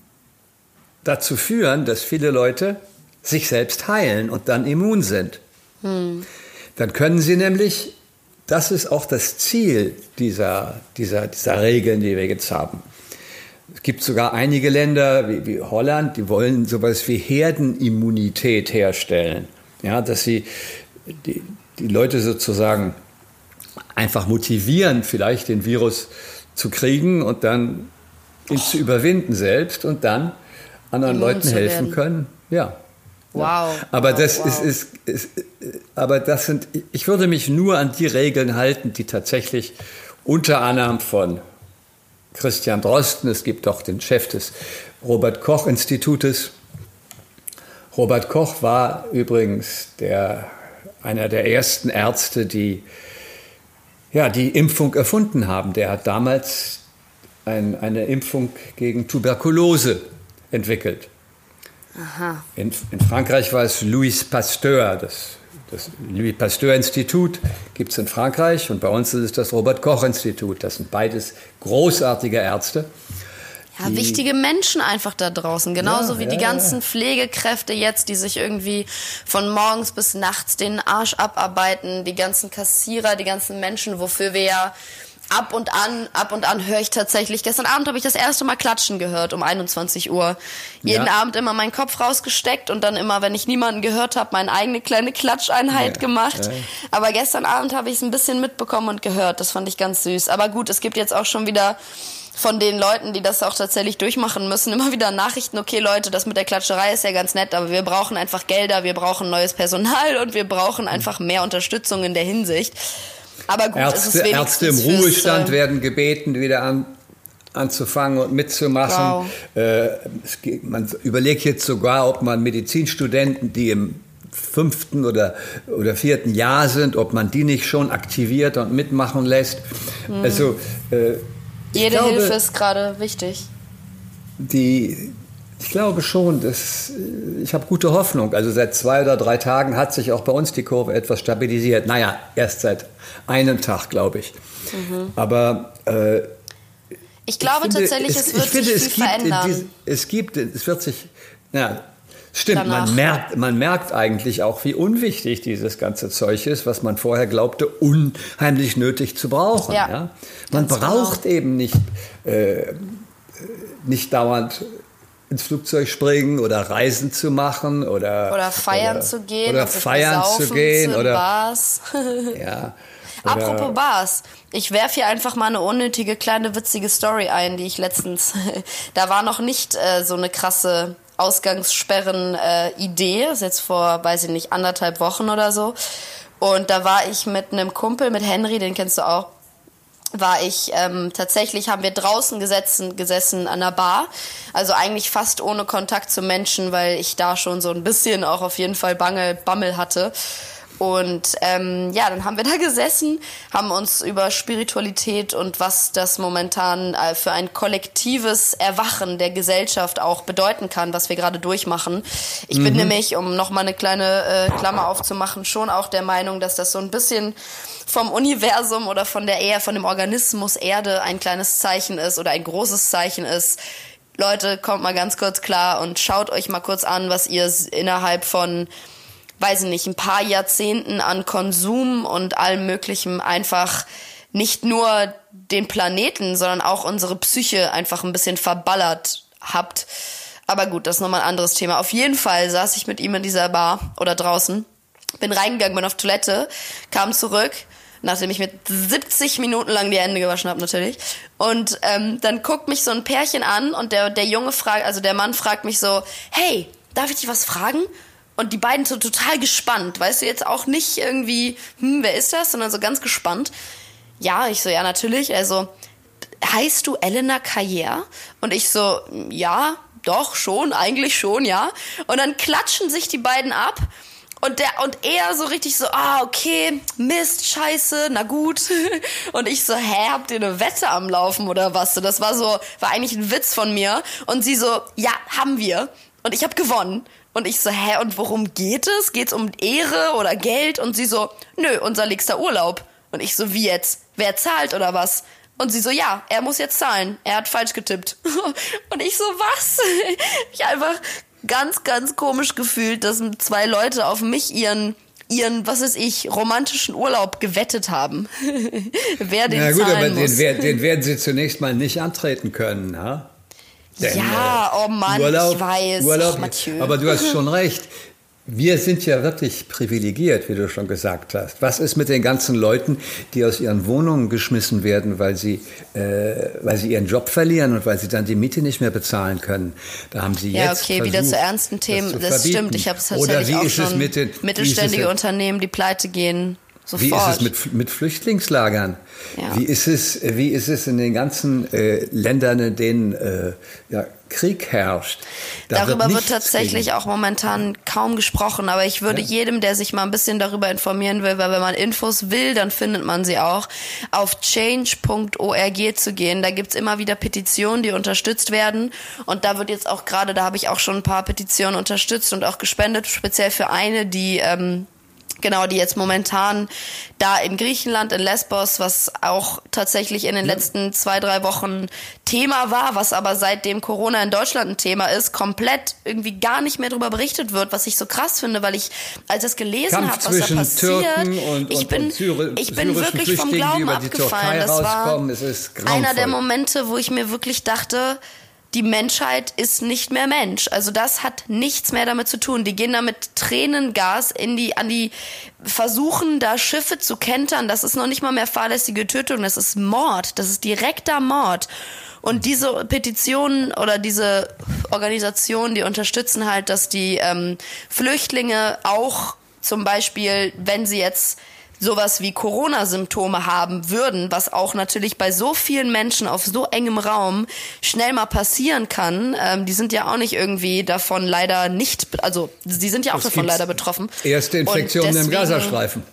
dazu führen, dass viele Leute sich selbst heilen und dann immun sind. Hm. Dann können sie nämlich, das ist auch das Ziel dieser, dieser, dieser Regeln, die wir jetzt haben. Es gibt sogar einige Länder wie, wie Holland, die wollen sowas wie Herdenimmunität herstellen. Ja, dass sie die, die Leute sozusagen einfach motivieren, vielleicht den Virus zu kriegen und dann ihn oh. zu überwinden selbst und dann anderen Immun Leuten helfen werden. Können. Ja. Wow. Ja. Aber wow, das wow. ist, ist, ist, aber das sind, ich würde mich nur an die Regeln halten, die tatsächlich unter anderem von Christian Drosten, es gibt auch den Chef des Robert-Koch-Institutes. Robert Koch war übrigens der, einer der ersten Ärzte, die ja, die Impfung erfunden haben. Der hat damals ein, eine Impfung gegen Tuberkulose entwickelt. Aha. In, in Frankreich war es Louis Pasteur. Das, das Louis Pasteur-Institut gibt es in Frankreich und bei uns ist es das Robert-Koch-Institut. Das sind beides großartige Ärzte. Ja, wichtige Menschen einfach da draußen. Genauso ja, wie ja, die ganzen ja. Pflegekräfte jetzt, die sich irgendwie von morgens bis nachts den Arsch abarbeiten. Die ganzen Kassierer, die ganzen Menschen, wofür wir ja ab und an, ab und an höre ich tatsächlich. Gestern Abend habe ich das erste Mal Klatschen gehört um einundzwanzig Uhr. Jeden ja. Abend immer meinen Kopf rausgesteckt und dann immer, wenn ich niemanden gehört habe, meine eigene kleine Klatscheinheit ja. gemacht. Ja. Aber gestern Abend habe ich es ein bisschen mitbekommen und gehört. Das fand ich ganz süß. Aber gut, es gibt jetzt auch schon wieder von den Leuten, die das auch tatsächlich durchmachen müssen, immer wieder Nachrichten, okay Leute, das mit der Klatscherei ist ja ganz nett, aber wir brauchen einfach Gelder, wir brauchen neues Personal und wir brauchen einfach mehr Unterstützung in der Hinsicht. Aber gut, Ärzte, es ist wenigstens Ärzte im Ruhestand äh, werden gebeten, wieder an, anzufangen und mitzumachen. Wow. Äh, es, man überlegt jetzt sogar, ob man Medizinstudenten, die im fünften oder, oder vierten Jahr sind, ob man die nicht schon aktiviert und mitmachen lässt. Hm. Also äh, Jede glaube, Hilfe ist gerade wichtig. Die, ich glaube schon, dass, ich habe gute Hoffnung. Also seit zwei oder drei Tagen hat sich auch bei uns die Kurve etwas stabilisiert. Naja, erst seit einem Tag, glaube ich. Mhm. Aber äh, ich glaube ich finde, tatsächlich, es, es wird finde, sich es viel gibt, verändern. Es gibt, es wird sich, ja, stimmt, man merkt, man merkt eigentlich auch, wie unwichtig dieses ganze Zeug ist, was man vorher glaubte, unheimlich nötig zu brauchen. Ja, ja? Man braucht genau. eben nicht, äh, nicht dauernd ins Flugzeug springen oder Reisen zu machen oder, oder feiern oder, zu gehen oder feiern zu gehen oder Bars. ja. Oder apropos Bars, ich werfe hier einfach mal eine unnötige kleine witzige Story ein, die ich letztens, da war noch nicht äh, so eine krasse Ausgangssperren-Idee, äh, ist jetzt vor, weiß ich nicht, anderthalb Wochen oder so. Und da war ich mit einem Kumpel, mit Henry, den kennst du auch, war ich, ähm, tatsächlich haben wir draußen gesessen, gesessen an der Bar, also eigentlich fast ohne Kontakt zu Menschen, weil ich da schon so ein bisschen auch auf jeden Fall Bange, Bammel hatte. Und ähm, ja, dann haben wir da gesessen, haben uns über Spiritualität und was das momentan äh, für ein kollektives Erwachen der Gesellschaft auch bedeuten kann, was wir gerade durchmachen. Ich mhm. bin nämlich, um nochmal eine kleine äh, Klammer aufzumachen, schon auch der Meinung, dass das so ein bisschen vom Universum oder von der eher von dem Organismus Erde ein kleines Zeichen ist oder ein großes Zeichen ist. Leute, kommt mal ganz kurz klar und schaut euch mal kurz an, was ihr innerhalb von, weiß ich nicht, ein paar Jahrzehnten an Konsum und allem Möglichen einfach nicht nur den Planeten, sondern auch unsere Psyche einfach ein bisschen verballert habt. Aber gut, das ist nochmal ein anderes Thema. Auf jeden Fall saß ich mit ihm in dieser Bar oder draußen bin reingegangen, bin auf Toilette, kam zurück, nachdem ich mir siebzig Minuten lang die Hände gewaschen habe natürlich. Und ähm, dann guckt mich so ein Pärchen an und der, der Junge fragt, also der Mann fragt mich so, hey, darf ich dich was fragen? Und die beiden so total gespannt, weißt du, jetzt auch nicht irgendwie, hm, wer ist das, sondern so ganz gespannt. Ja, ich so, ja, natürlich, also, heißt du Elena Carrière? Und ich so, ja, doch, schon, eigentlich schon, ja. Und dann klatschen sich die beiden ab. Und der und er so richtig so, ah, okay, Mist, scheiße, na gut. Und ich so, hä, habt ihr eine Wette am Laufen oder was? Das war so, war eigentlich ein Witz von mir. Und sie so, ja, haben wir. Und ich habe gewonnen. Und ich so, hä, und worum geht es? Geht's um Ehre oder Geld? Und sie so, nö, unser nächster Urlaub. Und ich so, wie jetzt? Wer zahlt oder was? Und sie so, ja, er muss jetzt zahlen. Er hat falsch getippt. Und ich so, was? Ich einfach ganz, ganz komisch gefühlt, dass zwei Leute auf mich ihren, ihren, was weiß ich, romantischen Urlaub gewettet haben. Wer den zahlen muss. Na gut, aber den, den werden sie zunächst mal nicht antreten können, ha? Denn, ja, oh Mann, Urlaub, ich weiß. Urlaub, Ach, Mathieu. Aber du hast schon recht. Wir sind ja wirklich privilegiert, wie du schon gesagt hast. Was ist mit den ganzen Leuten, die aus ihren Wohnungen geschmissen werden, weil sie, äh, weil sie ihren Job verlieren und weil sie dann die Miete nicht mehr bezahlen können? Da haben sie ja, jetzt okay, versucht, wieder zu ernsten Themen. Das, das stimmt. Ich habe es tatsächlich auch schon mit den, mittelständige Unternehmen, die pleite gehen. Sofort. Wie ist es mit, mit Flüchtlingslagern? Ja. Wie ist es, wie ist es in den ganzen äh, Ländern, in denen äh, ja, Krieg herrscht? Da darüber wird, wird tatsächlich kriegen. auch momentan kaum gesprochen. Aber ich würde ja. jedem, der sich mal ein bisschen darüber informieren will, weil wenn man Infos will, dann findet man sie auch, auf change punkt org zu gehen. Da gibt's immer wieder Petitionen, die unterstützt werden. Und da wird jetzt auch gerade, da habe ich auch schon ein paar Petitionen unterstützt und auch gespendet, speziell für eine, die... Ähm, Genau, die jetzt momentan da in Griechenland, in Lesbos, was auch tatsächlich in den letzten zwei, drei Wochen Thema war, was aber seitdem Corona in Deutschland ein Thema ist, komplett irgendwie gar nicht mehr darüber berichtet wird, was ich so krass finde, weil ich, als ich das gelesen habe, was da passiert, und, ich bin, und Syri- ich bin wirklich vom Glauben abgefallen. Das war einer der Momente, wo ich mir wirklich dachte, die Menschheit ist nicht mehr Mensch. Also das hat nichts mehr damit zu tun. Die gehen da mit Tränengas in die, an die, versuchen da Schiffe zu kentern. Das ist noch nicht mal mehr fahrlässige Tötung. Das ist Mord. Das ist direkter Mord. Und diese Petitionen oder diese Organisationen, die unterstützen halt, dass die ähm, Flüchtlinge auch zum Beispiel, wenn sie jetzt sowas wie Corona-Symptome haben würden, was auch natürlich bei so vielen Menschen auf so engem Raum schnell mal passieren kann. Ähm, die sind ja auch nicht irgendwie davon leider nicht, also die sind ja auch es davon leider betroffen. Erste Infektionen deswegen, im Gazastreifen.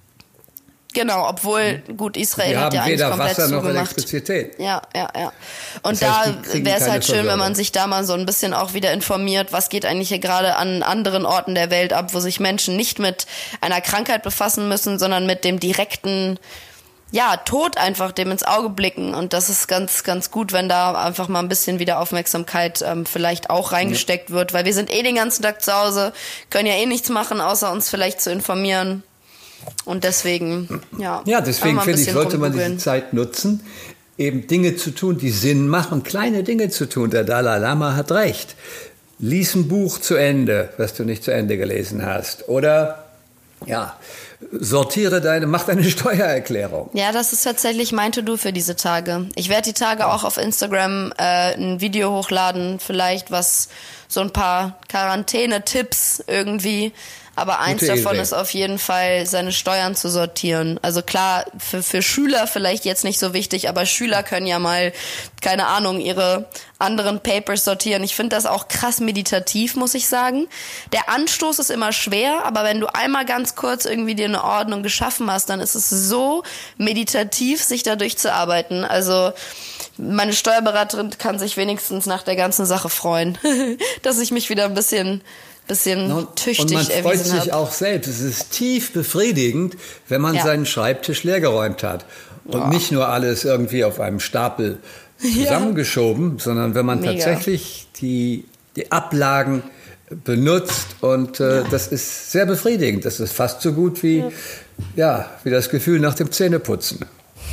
Genau, obwohl, gut, Israel hat ja eigentlich komplett Wasser zugemacht. noch Elektrizität. Ja, ja, ja. Und das heißt, da wäre es halt schön, Versorgung. wenn man sich da mal so ein bisschen auch wieder informiert, was geht eigentlich hier gerade an anderen Orten der Welt ab, wo sich Menschen nicht mit einer Krankheit befassen müssen, sondern mit dem direkten, ja, Tod einfach dem ins Auge blicken. Und das ist ganz, ganz gut, wenn da einfach mal ein bisschen wieder Aufmerksamkeit ähm, vielleicht auch reingesteckt ja. wird, weil wir sind eh den ganzen Tag zu Hause, können ja eh nichts machen, außer uns vielleicht zu informieren. Und deswegen, ja. Ja, deswegen finde ich, sollte man diese Zeit nutzen, eben Dinge zu tun, die Sinn machen, kleine Dinge zu tun. Der Dalai Lama hat recht. Lies ein Buch zu Ende, was du nicht zu Ende gelesen hast. Oder, ja, sortiere deine, mach deine Steuererklärung. Ja, das ist tatsächlich mein To-Do für diese Tage. Ich werde die Tage auch auf Instagram äh, ein Video hochladen, vielleicht was, so ein paar Quarantäne-Tipps irgendwie. Aber eins Gute davon Idee. Ist auf jeden Fall, seine Steuern zu sortieren. Also klar, für, für Schüler vielleicht jetzt nicht so wichtig, aber Schüler können ja mal, keine Ahnung, ihre anderen Papers sortieren. Ich finde das auch krass meditativ, muss ich sagen. Der Anstoß ist immer schwer, aber wenn du einmal ganz kurz irgendwie dir eine Ordnung geschaffen hast, dann ist es so meditativ, sich da durchzuarbeiten. Also meine Steuerberaterin kann sich wenigstens nach der ganzen Sache freuen, dass ich mich wieder ein bisschen... bisschen und, tüchtig erwiesen habe. Und man freut sich hab. auch selbst. Es ist tief befriedigend, wenn man ja. seinen Schreibtisch leergeräumt hat. Und ja. nicht nur alles irgendwie auf einem Stapel zusammengeschoben, ja. sondern wenn man Mega. tatsächlich die, die Ablagen benutzt. Und äh, ja. das ist sehr befriedigend. Das ist fast so gut wie, ja. Ja, wie das Gefühl nach dem Zähneputzen.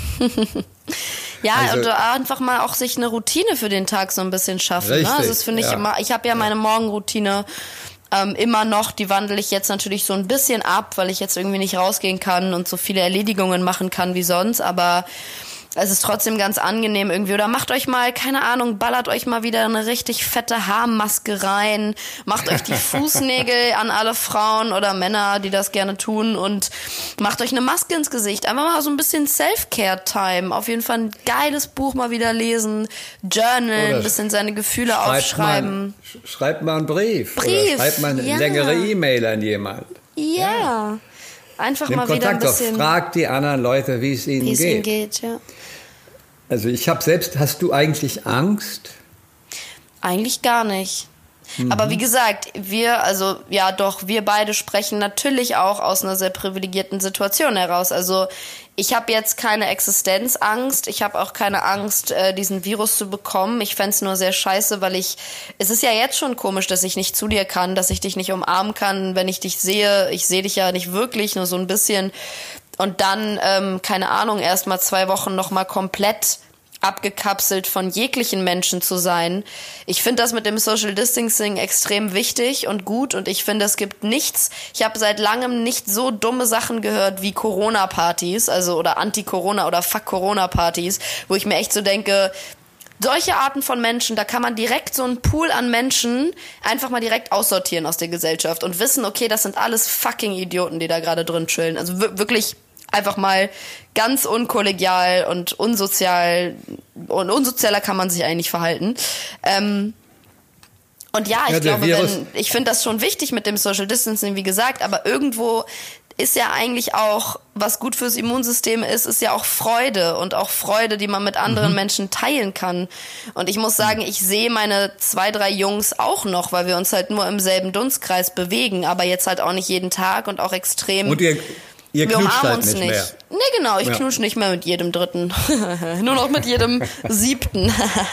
Ja, also, und einfach mal auch sich eine Routine für den Tag so ein bisschen schaffen. Richtig, ne? Also das finde ich ja. immer, ich habe ja meine Morgenroutine Ähm, immer noch, die wandle ich jetzt natürlich so ein bisschen ab, weil ich jetzt irgendwie nicht rausgehen kann und so viele Erledigungen machen kann wie sonst, aber es ist trotzdem ganz angenehm irgendwie. Oder macht euch mal, keine Ahnung, ballert euch mal wieder eine richtig fette Haarmaske rein, macht euch die Fußnägel an alle Frauen oder Männer, die das gerne tun, und macht euch eine Maske ins Gesicht. Einfach mal so ein bisschen Self-Care-Time. Auf jeden Fall ein geiles Buch mal wieder lesen, journalen, ein bisschen seine Gefühle schreibt aufschreiben. Man, schreibt mal einen Brief. Brief, oder schreibt mal eine ja. längere E-Mail an jemanden. Ja. ja. Einfach Nimm mal Kontakt wieder ein bisschen. Auf. Fragt die anderen Leute, wie es ihnen wie es geht. Ihnen geht, ja. Also ich habe selbst, hast du eigentlich Angst? Eigentlich gar nicht. Mhm. Aber wie gesagt, wir, also ja doch, wir beide sprechen natürlich auch aus einer sehr privilegierten Situation heraus. Also ich habe jetzt keine Existenzangst, ich habe auch keine Angst, äh, diesen Virus zu bekommen. Ich fänd's nur sehr scheiße, weil ich, es ist ja jetzt schon komisch, dass ich nicht zu dir kann, dass ich dich nicht umarmen kann, wenn ich dich sehe. Ich sehe dich ja nicht wirklich, nur so ein bisschen. Und dann, ähm, keine Ahnung, erst mal zwei Wochen noch mal komplett abgekapselt von jeglichen Menschen zu sein. Ich finde das mit dem Social Distancing extrem wichtig und gut, und ich finde, es gibt nichts, ich habe seit langem nicht so dumme Sachen gehört wie Corona-Partys, also oder Anti-Corona- oder Fuck-Corona-Partys, wo ich mir echt so denke, solche Arten von Menschen, da kann man direkt so einen Pool an Menschen einfach mal direkt aussortieren aus der Gesellschaft und wissen, okay, das sind alles fucking Idioten, die da gerade drin chillen. Also w- wirklich einfach mal ganz unkollegial und unsozial, und unsozialer kann man sich eigentlich verhalten. Ähm, und ja, ich ja, glaube, Virus- wenn, ich finde das schon wichtig mit dem Social Distancing, wie gesagt, aber irgendwo ist ja eigentlich auch, was gut fürs Immunsystem ist, ist ja auch Freude, und auch Freude, die man mit anderen mhm. Menschen teilen kann. Und ich muss sagen, ich sehe meine zwei, drei Jungs auch noch, weil wir uns halt nur im selben Dunstkreis bewegen, aber jetzt halt auch nicht jeden Tag und auch extrem. Und ihr Ihr wir knutscht umarmen halt uns nicht nicht. mehr. Nee, genau, ich Ja. knutsche nicht mehr mit jedem Dritten. Nur noch mit jedem Siebten.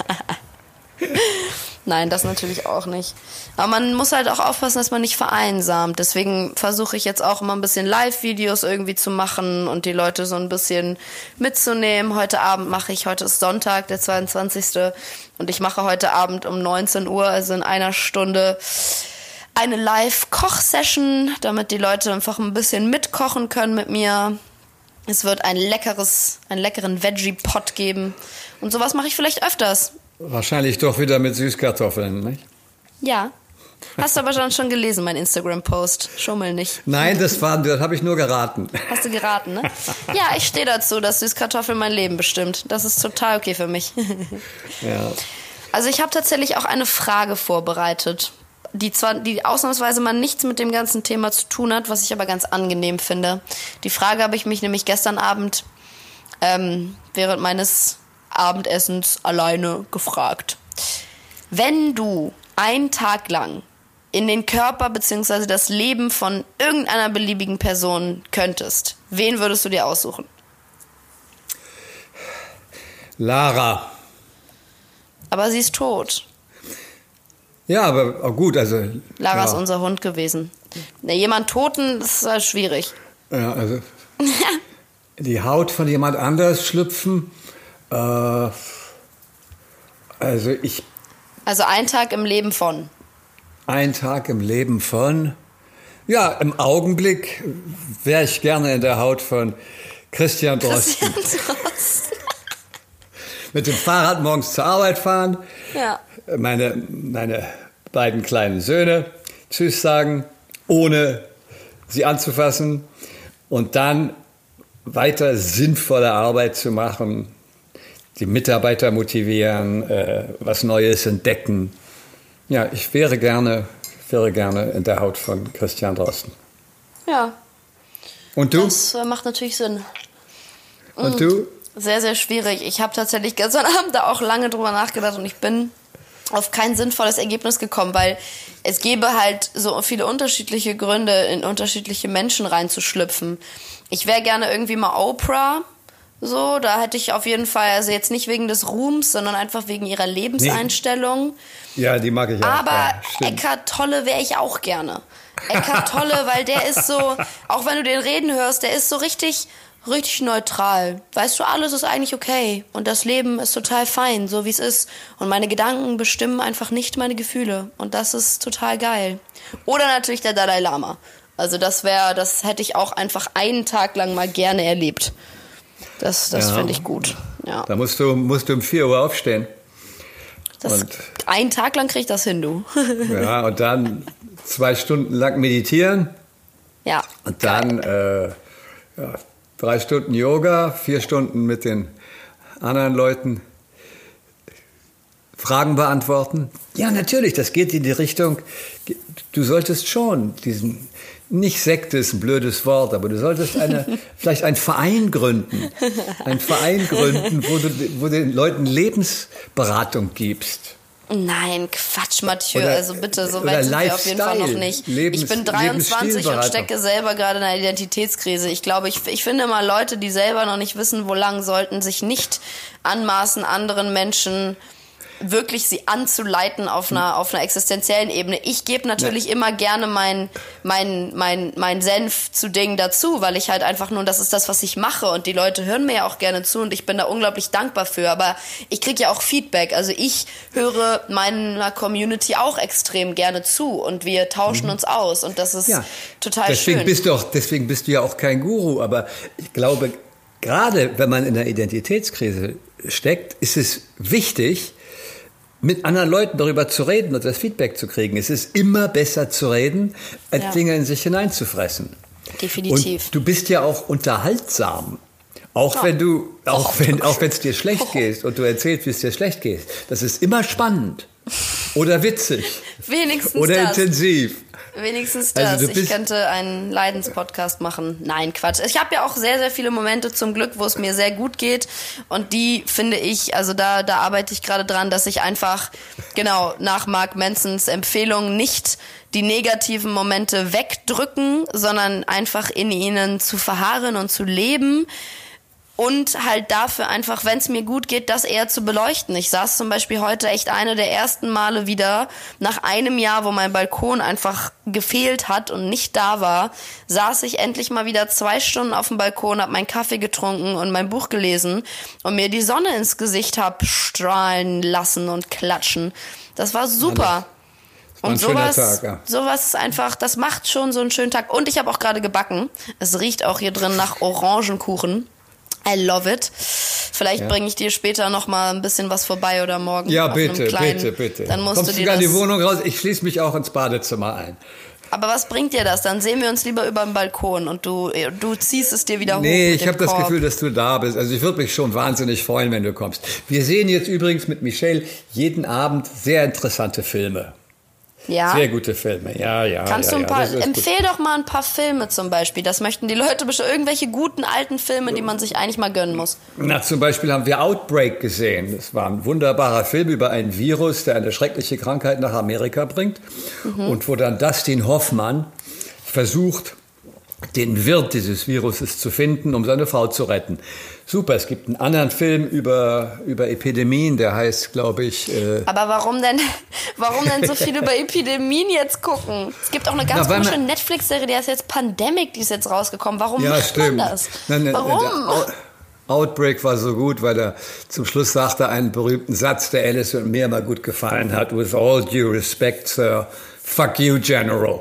Nein, das natürlich auch nicht. Aber man muss halt auch aufpassen, dass man nicht vereinsamt. Deswegen versuche ich jetzt auch immer ein bisschen Live-Videos irgendwie zu machen und die Leute so ein bisschen mitzunehmen. Heute Abend mache ich, heute ist Sonntag, der zweiundzwanzigste Und ich mache heute Abend um neunzehn Uhr, also in einer Stunde, eine Live-Koch-Session, damit die Leute einfach ein bisschen mitkochen können mit mir. Es wird ein leckeres, einen leckeren Veggie-Pot geben. Und sowas mache ich vielleicht öfters. Wahrscheinlich doch wieder mit Süßkartoffeln, nicht? Ja. Hast du aber dann schon gelesen, mein Instagram-Post. Schummel nicht. Nein, das war, das habe ich nur geraten. Hast du geraten, ne? Ja, ich stehe dazu, dass Süßkartoffeln mein Leben bestimmt. Das ist total okay für mich. Ja. Also ich habe tatsächlich auch eine Frage vorbereitet, die zwar, die ausnahmsweise mal nichts mit dem ganzen Thema zu tun hat, was ich aber ganz angenehm finde. Die Frage habe ich mich nämlich gestern Abend ähm, während meines Abendessens alleine gefragt. Wenn du einen Tag lang in den Körper bzw. das Leben von irgendeiner beliebigen Person könntest, wen würdest du dir aussuchen? Lara. Aber sie ist tot. Ja, aber oh gut, also... Lara ja. ist unser Hund gewesen. Ne, jemand Toten, das ist halt schwierig. Ja, also... die Haut von jemand anders schlüpfen... Äh, also ich... Also ein Tag im Leben von... Ein Tag im Leben von... Ja, im Augenblick wäre ich gerne in der Haut von Christian Drosten. Christian Drosten. Mit dem Fahrrad morgens zur Arbeit fahren, Ja. meine, meine beiden kleinen Söhne Tschüss sagen, ohne sie anzufassen, und dann weiter sinnvolle Arbeit zu machen, die Mitarbeiter motivieren, äh, was Neues entdecken. Ja, ich wäre gerne, wäre gerne in der Haut von Christian Drosten. Ja. Und du? Das äh, macht natürlich Sinn. Und du? Sehr, sehr schwierig. Ich habe tatsächlich gestern Abend da auch lange drüber nachgedacht und ich bin auf kein sinnvolles Ergebnis gekommen, weil es gäbe halt so viele unterschiedliche Gründe, in unterschiedliche Menschen reinzuschlüpfen. Ich wäre gerne irgendwie mal Oprah, so, da hätte ich auf jeden Fall, also jetzt nicht wegen des Ruhms, sondern einfach wegen ihrer Lebenseinstellung. Nee. Ja, die mag ich auch. Aber ja, Eckhart Tolle wäre ich auch gerne. Eckhart Tolle, weil der ist so, auch wenn du den reden hörst, der ist so richtig richtig neutral. Weißt du, alles ist eigentlich okay und das Leben ist total fein, so wie es ist. Und meine Gedanken bestimmen einfach nicht meine Gefühle und das ist total geil. Oder natürlich der Dalai Lama. Also das wäre, das hätte ich auch einfach einen Tag lang mal gerne erlebt. Das, das ja. finde ich gut. Ja. Da musst du, musst du um vier Uhr aufstehen. Das, und einen Tag lang krieg ich das hin, du. Ja, und dann zwei Stunden lang meditieren. Ja. Und dann äh, ja, drei Stunden Yoga, vier Stunden mit den anderen Leuten Fragen beantworten. Ja, natürlich, das geht in die Richtung, du solltest schon diesen, nicht Sekte ist ein blödes Wort, aber du solltest eine, vielleicht einen Verein gründen. Einen Verein gründen, wo du, wo du den Leuten Lebensberatung gibst. Nein, Quatsch, Mathieu, oder, also bitte, so weit sind wir auf jeden Fall noch nicht. Lebens, ich bin dreiundzwanzig und stecke selber gerade in einer Identitätskrise. Ich glaube, ich, ich finde mal Leute, die selber noch nicht wissen, wo lang, sollten sich nicht anmaßen, anderen Menschen wirklich sie anzuleiten auf einer, auf einer existenziellen Ebene. Ich gebe natürlich ja. immer gerne mein, mein, mein, mein Senf zu Dingen dazu, weil ich halt einfach nur, das ist das, was ich mache und die Leute hören mir ja auch gerne zu und ich bin da unglaublich dankbar für, aber ich kriege ja auch Feedback, also ich höre meiner Community auch extrem gerne zu und wir tauschen mhm. uns aus und das ist ja. total deswegen schön. Bist du auch, deswegen bist du ja auch kein Guru, aber ich glaube, gerade wenn man in einer Identitätskrise steckt, ist es wichtig, mit anderen Leuten darüber zu reden und das Feedback zu kriegen. Es ist immer besser zu reden, als ja. Dinge in sich hineinzufressen. Definitiv. Und du bist ja auch unterhaltsam. Auch ja. wenn du, auch oh, wenn, auch wenn es dir schlecht oh. geht und du erzählst, wie es dir schlecht geht. Das ist immer spannend. Oder witzig. Wenigstens Oder das. intensiv. Wenigstens das. Also ich könnte einen Leidenspodcast machen. Nein, Quatsch. Ich habe ja auch sehr, sehr viele Momente zum Glück, wo es mir sehr gut geht. Und die finde ich, also da, da arbeite ich gerade dran, dass ich einfach, genau, nach Mark Mansons Empfehlung nicht die negativen Momente wegdrücken, sondern einfach in ihnen zu verharren und zu leben. Und halt dafür einfach, wenn es mir gut geht, das eher zu beleuchten. Ich saß zum Beispiel heute echt eine der ersten Male wieder, nach einem Jahr, wo mein Balkon einfach gefehlt hat und nicht da war, saß ich endlich mal wieder zwei Stunden auf dem Balkon, hab meinen Kaffee getrunken und mein Buch gelesen und mir die Sonne ins Gesicht hab strahlen lassen und klatschen. Das war super. Ja, und sowas, Tag, ja. sowas ist einfach, das macht schon so einen schönen Tag. Und ich habe auch gerade gebacken. Es riecht auch hier drin nach Orangenkuchen. I love it. Vielleicht ja. bringe ich dir später noch mal ein bisschen was vorbei oder morgen. Ja, auf bitte, einem kleinen, bitte, bitte. Dann musst Kommst du dir sogar in das, die Wohnung raus. Ich schließe mich auch ins Badezimmer ein. Aber was bringt dir das? Dann sehen wir uns lieber über den Balkon und du, du ziehst es dir wieder hoch. Nee, ich habe das Gefühl, dass du da bist. Also ich würde mich schon wahnsinnig freuen, wenn du kommst. Wir sehen jetzt übrigens mit Michelle jeden Abend sehr interessante Filme. Ja. Sehr gute Filme, ja, ja. Kannst ja, du ein paar, ja, empfehl doch mal ein paar Filme zum Beispiel. Das möchten die Leute bestimmt, irgendwelche guten alten Filme, die man sich eigentlich mal gönnen muss. Na, zum Beispiel haben wir Outbreak gesehen. Das war ein wunderbarer Film über einen Virus, der eine schreckliche Krankheit nach Amerika bringt. Mhm. Und wo dann Dustin Hoffmann versucht, den Wirt dieses Viruses zu finden, um seine Frau zu retten. Super, es gibt einen anderen Film über, über Epidemien, der heißt, glaube ich... Äh Aber warum denn, warum denn so viel über Epidemien jetzt gucken? Es gibt auch eine ganz Na, komische Netflix-Serie, die heißt jetzt Pandemic, die ist jetzt rausgekommen. Warum ja, macht stimmt. man das? Nein, warum? Outbreak war so gut, weil er zum Schluss sagte einen berühmten Satz, der Alice und mir mal gut gefallen hat. With all due respect, Sir, fuck you, General.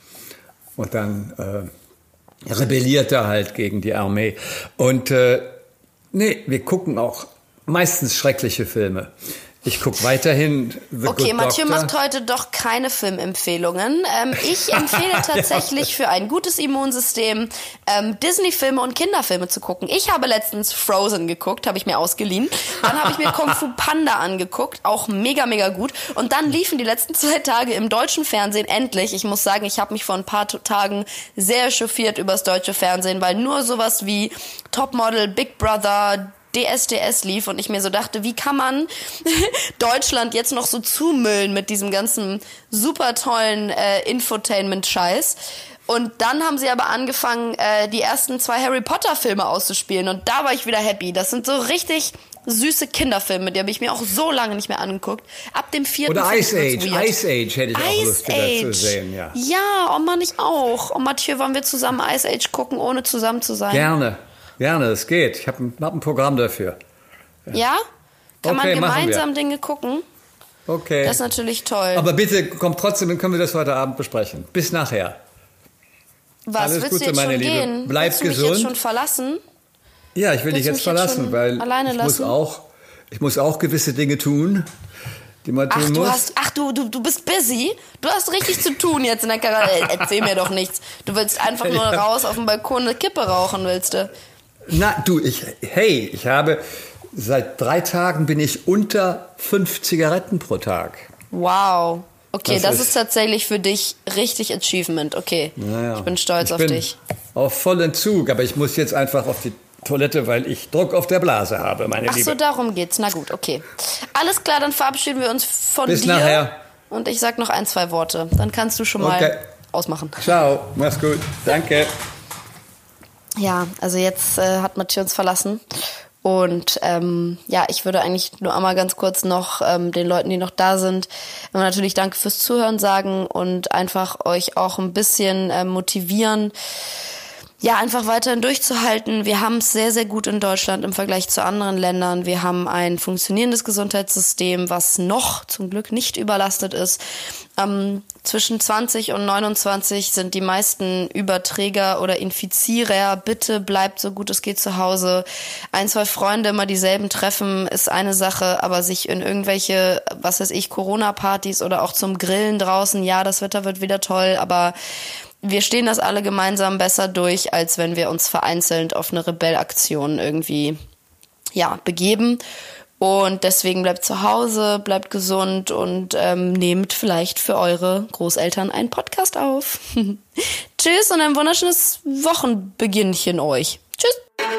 Und dann... Äh, rebelliert er halt gegen die Armee. Und äh, nee, wir gucken auch meistens schreckliche Filme. Ich gucke weiterhin The Okay, Good Mathieu Doctor. macht heute doch keine Filmempfehlungen. Ähm, ich empfehle tatsächlich für ein gutes Immunsystem ähm, Disney-Filme und Kinderfilme zu gucken. Ich habe letztens Frozen geguckt, habe ich mir ausgeliehen. Dann habe ich mir Kung Fu Panda angeguckt, auch mega, mega gut. Und dann liefen die letzten zwei Tage im deutschen Fernsehen endlich. Ich muss sagen, ich habe mich vor ein paar Tagen sehr echauffiert übers deutsche Fernsehen, weil nur sowas wie Topmodel, Big Brother, D S D S lief und ich mir so dachte, wie kann man Deutschland jetzt noch so zumüllen mit diesem ganzen super tollen äh, Infotainment-Scheiß. Und dann haben sie aber angefangen, äh, die ersten zwei Harry Potter-Filme auszuspielen und da war ich wieder happy. Das sind so richtig süße Kinderfilme, die habe ich mir auch so lange nicht mehr angeguckt. Ab dem vierten Oder Ice Age, Ice Age hätte ich auch Ice Lust wieder Age. zu sehen. Ja, ja, oh Mann, ich auch. Oh Mathieu, wollen wir zusammen Ice Age gucken, ohne zusammen zu sein? Gerne. Gerne, es geht. Ich habe ein, hab ein Programm dafür. Ja? ja? Kann okay, man gemeinsam Dinge gucken? Okay. Das ist natürlich toll. Aber bitte kommt trotzdem, dann können wir das heute Abend besprechen. Bis nachher. Was, Alles willst Gute, du jetzt meine schon Liebe. gehen? Bleib willst du mich gesund. jetzt schon verlassen? Ja, ich will willst dich jetzt verlassen, jetzt weil alleine ich lassen? muss auch, ich muss auch gewisse Dinge tun, die man tun ach, du muss. hast, ach, du, du, du bist busy? Du hast richtig zu tun jetzt in der Karriere. Erzähl mir doch nichts. Du willst einfach nur ja. raus auf dem Balkon eine Kippe rauchen, willst du? Na, du, ich, hey, ich habe, seit drei Tagen bin ich unter fünf Zigaretten pro Tag. Wow. Okay, das, das ist, ist tatsächlich für dich richtig Achievement. Okay, naja, ich bin stolz ich auf bin dich. Auf vollen Zug, aber ich muss jetzt einfach auf die Toilette, weil ich Druck auf der Blase habe, meine Ach Liebe. so, darum geht's. Na gut, okay. Alles klar, dann verabschieden wir uns von Bis dir. nachher. Und ich sag noch ein, zwei Worte. Dann kannst du schon mal Okay. ausmachen. Ciao, mach's gut. Danke. Ja, also jetzt äh, hat Mathieu uns verlassen. Und ähm, ja, ich würde eigentlich nur einmal ganz kurz noch ähm, den Leuten, die noch da sind, natürlich danke fürs Zuhören sagen und einfach euch auch ein bisschen äh, motivieren, ja, einfach weiterhin durchzuhalten. Wir haben es sehr, sehr gut in Deutschland im Vergleich zu anderen Ländern. Wir haben ein funktionierendes Gesundheitssystem, was noch zum Glück nicht überlastet ist. Ähm, zwischen zwanzig und neunundzwanzig sind die meisten Überträger oder Infizierer. Bitte bleibt so gut es geht zu Hause. Ein, zwei Freunde immer dieselben treffen ist eine Sache, aber sich in irgendwelche, was weiß ich, Corona-Partys oder auch zum Grillen draußen, ja, das Wetter wird wieder toll, aber wir stehen das alle gemeinsam besser durch, als wenn wir uns vereinzelt auf eine Rebellaktion irgendwie, ja, begeben. Und deswegen bleibt zu Hause, bleibt gesund und ähm, nehmt vielleicht für eure Großeltern einen Podcast auf. Tschüss und ein wunderschönes Wochenbeginnchen euch. Tschüss.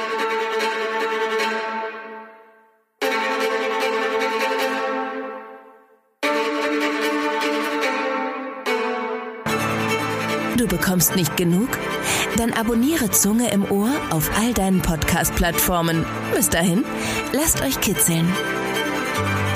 Du bekommst nicht genug? Dann abonniere Zunge im Ohr auf all deinen Podcast-Plattformen. Bis dahin, lasst euch kitzeln.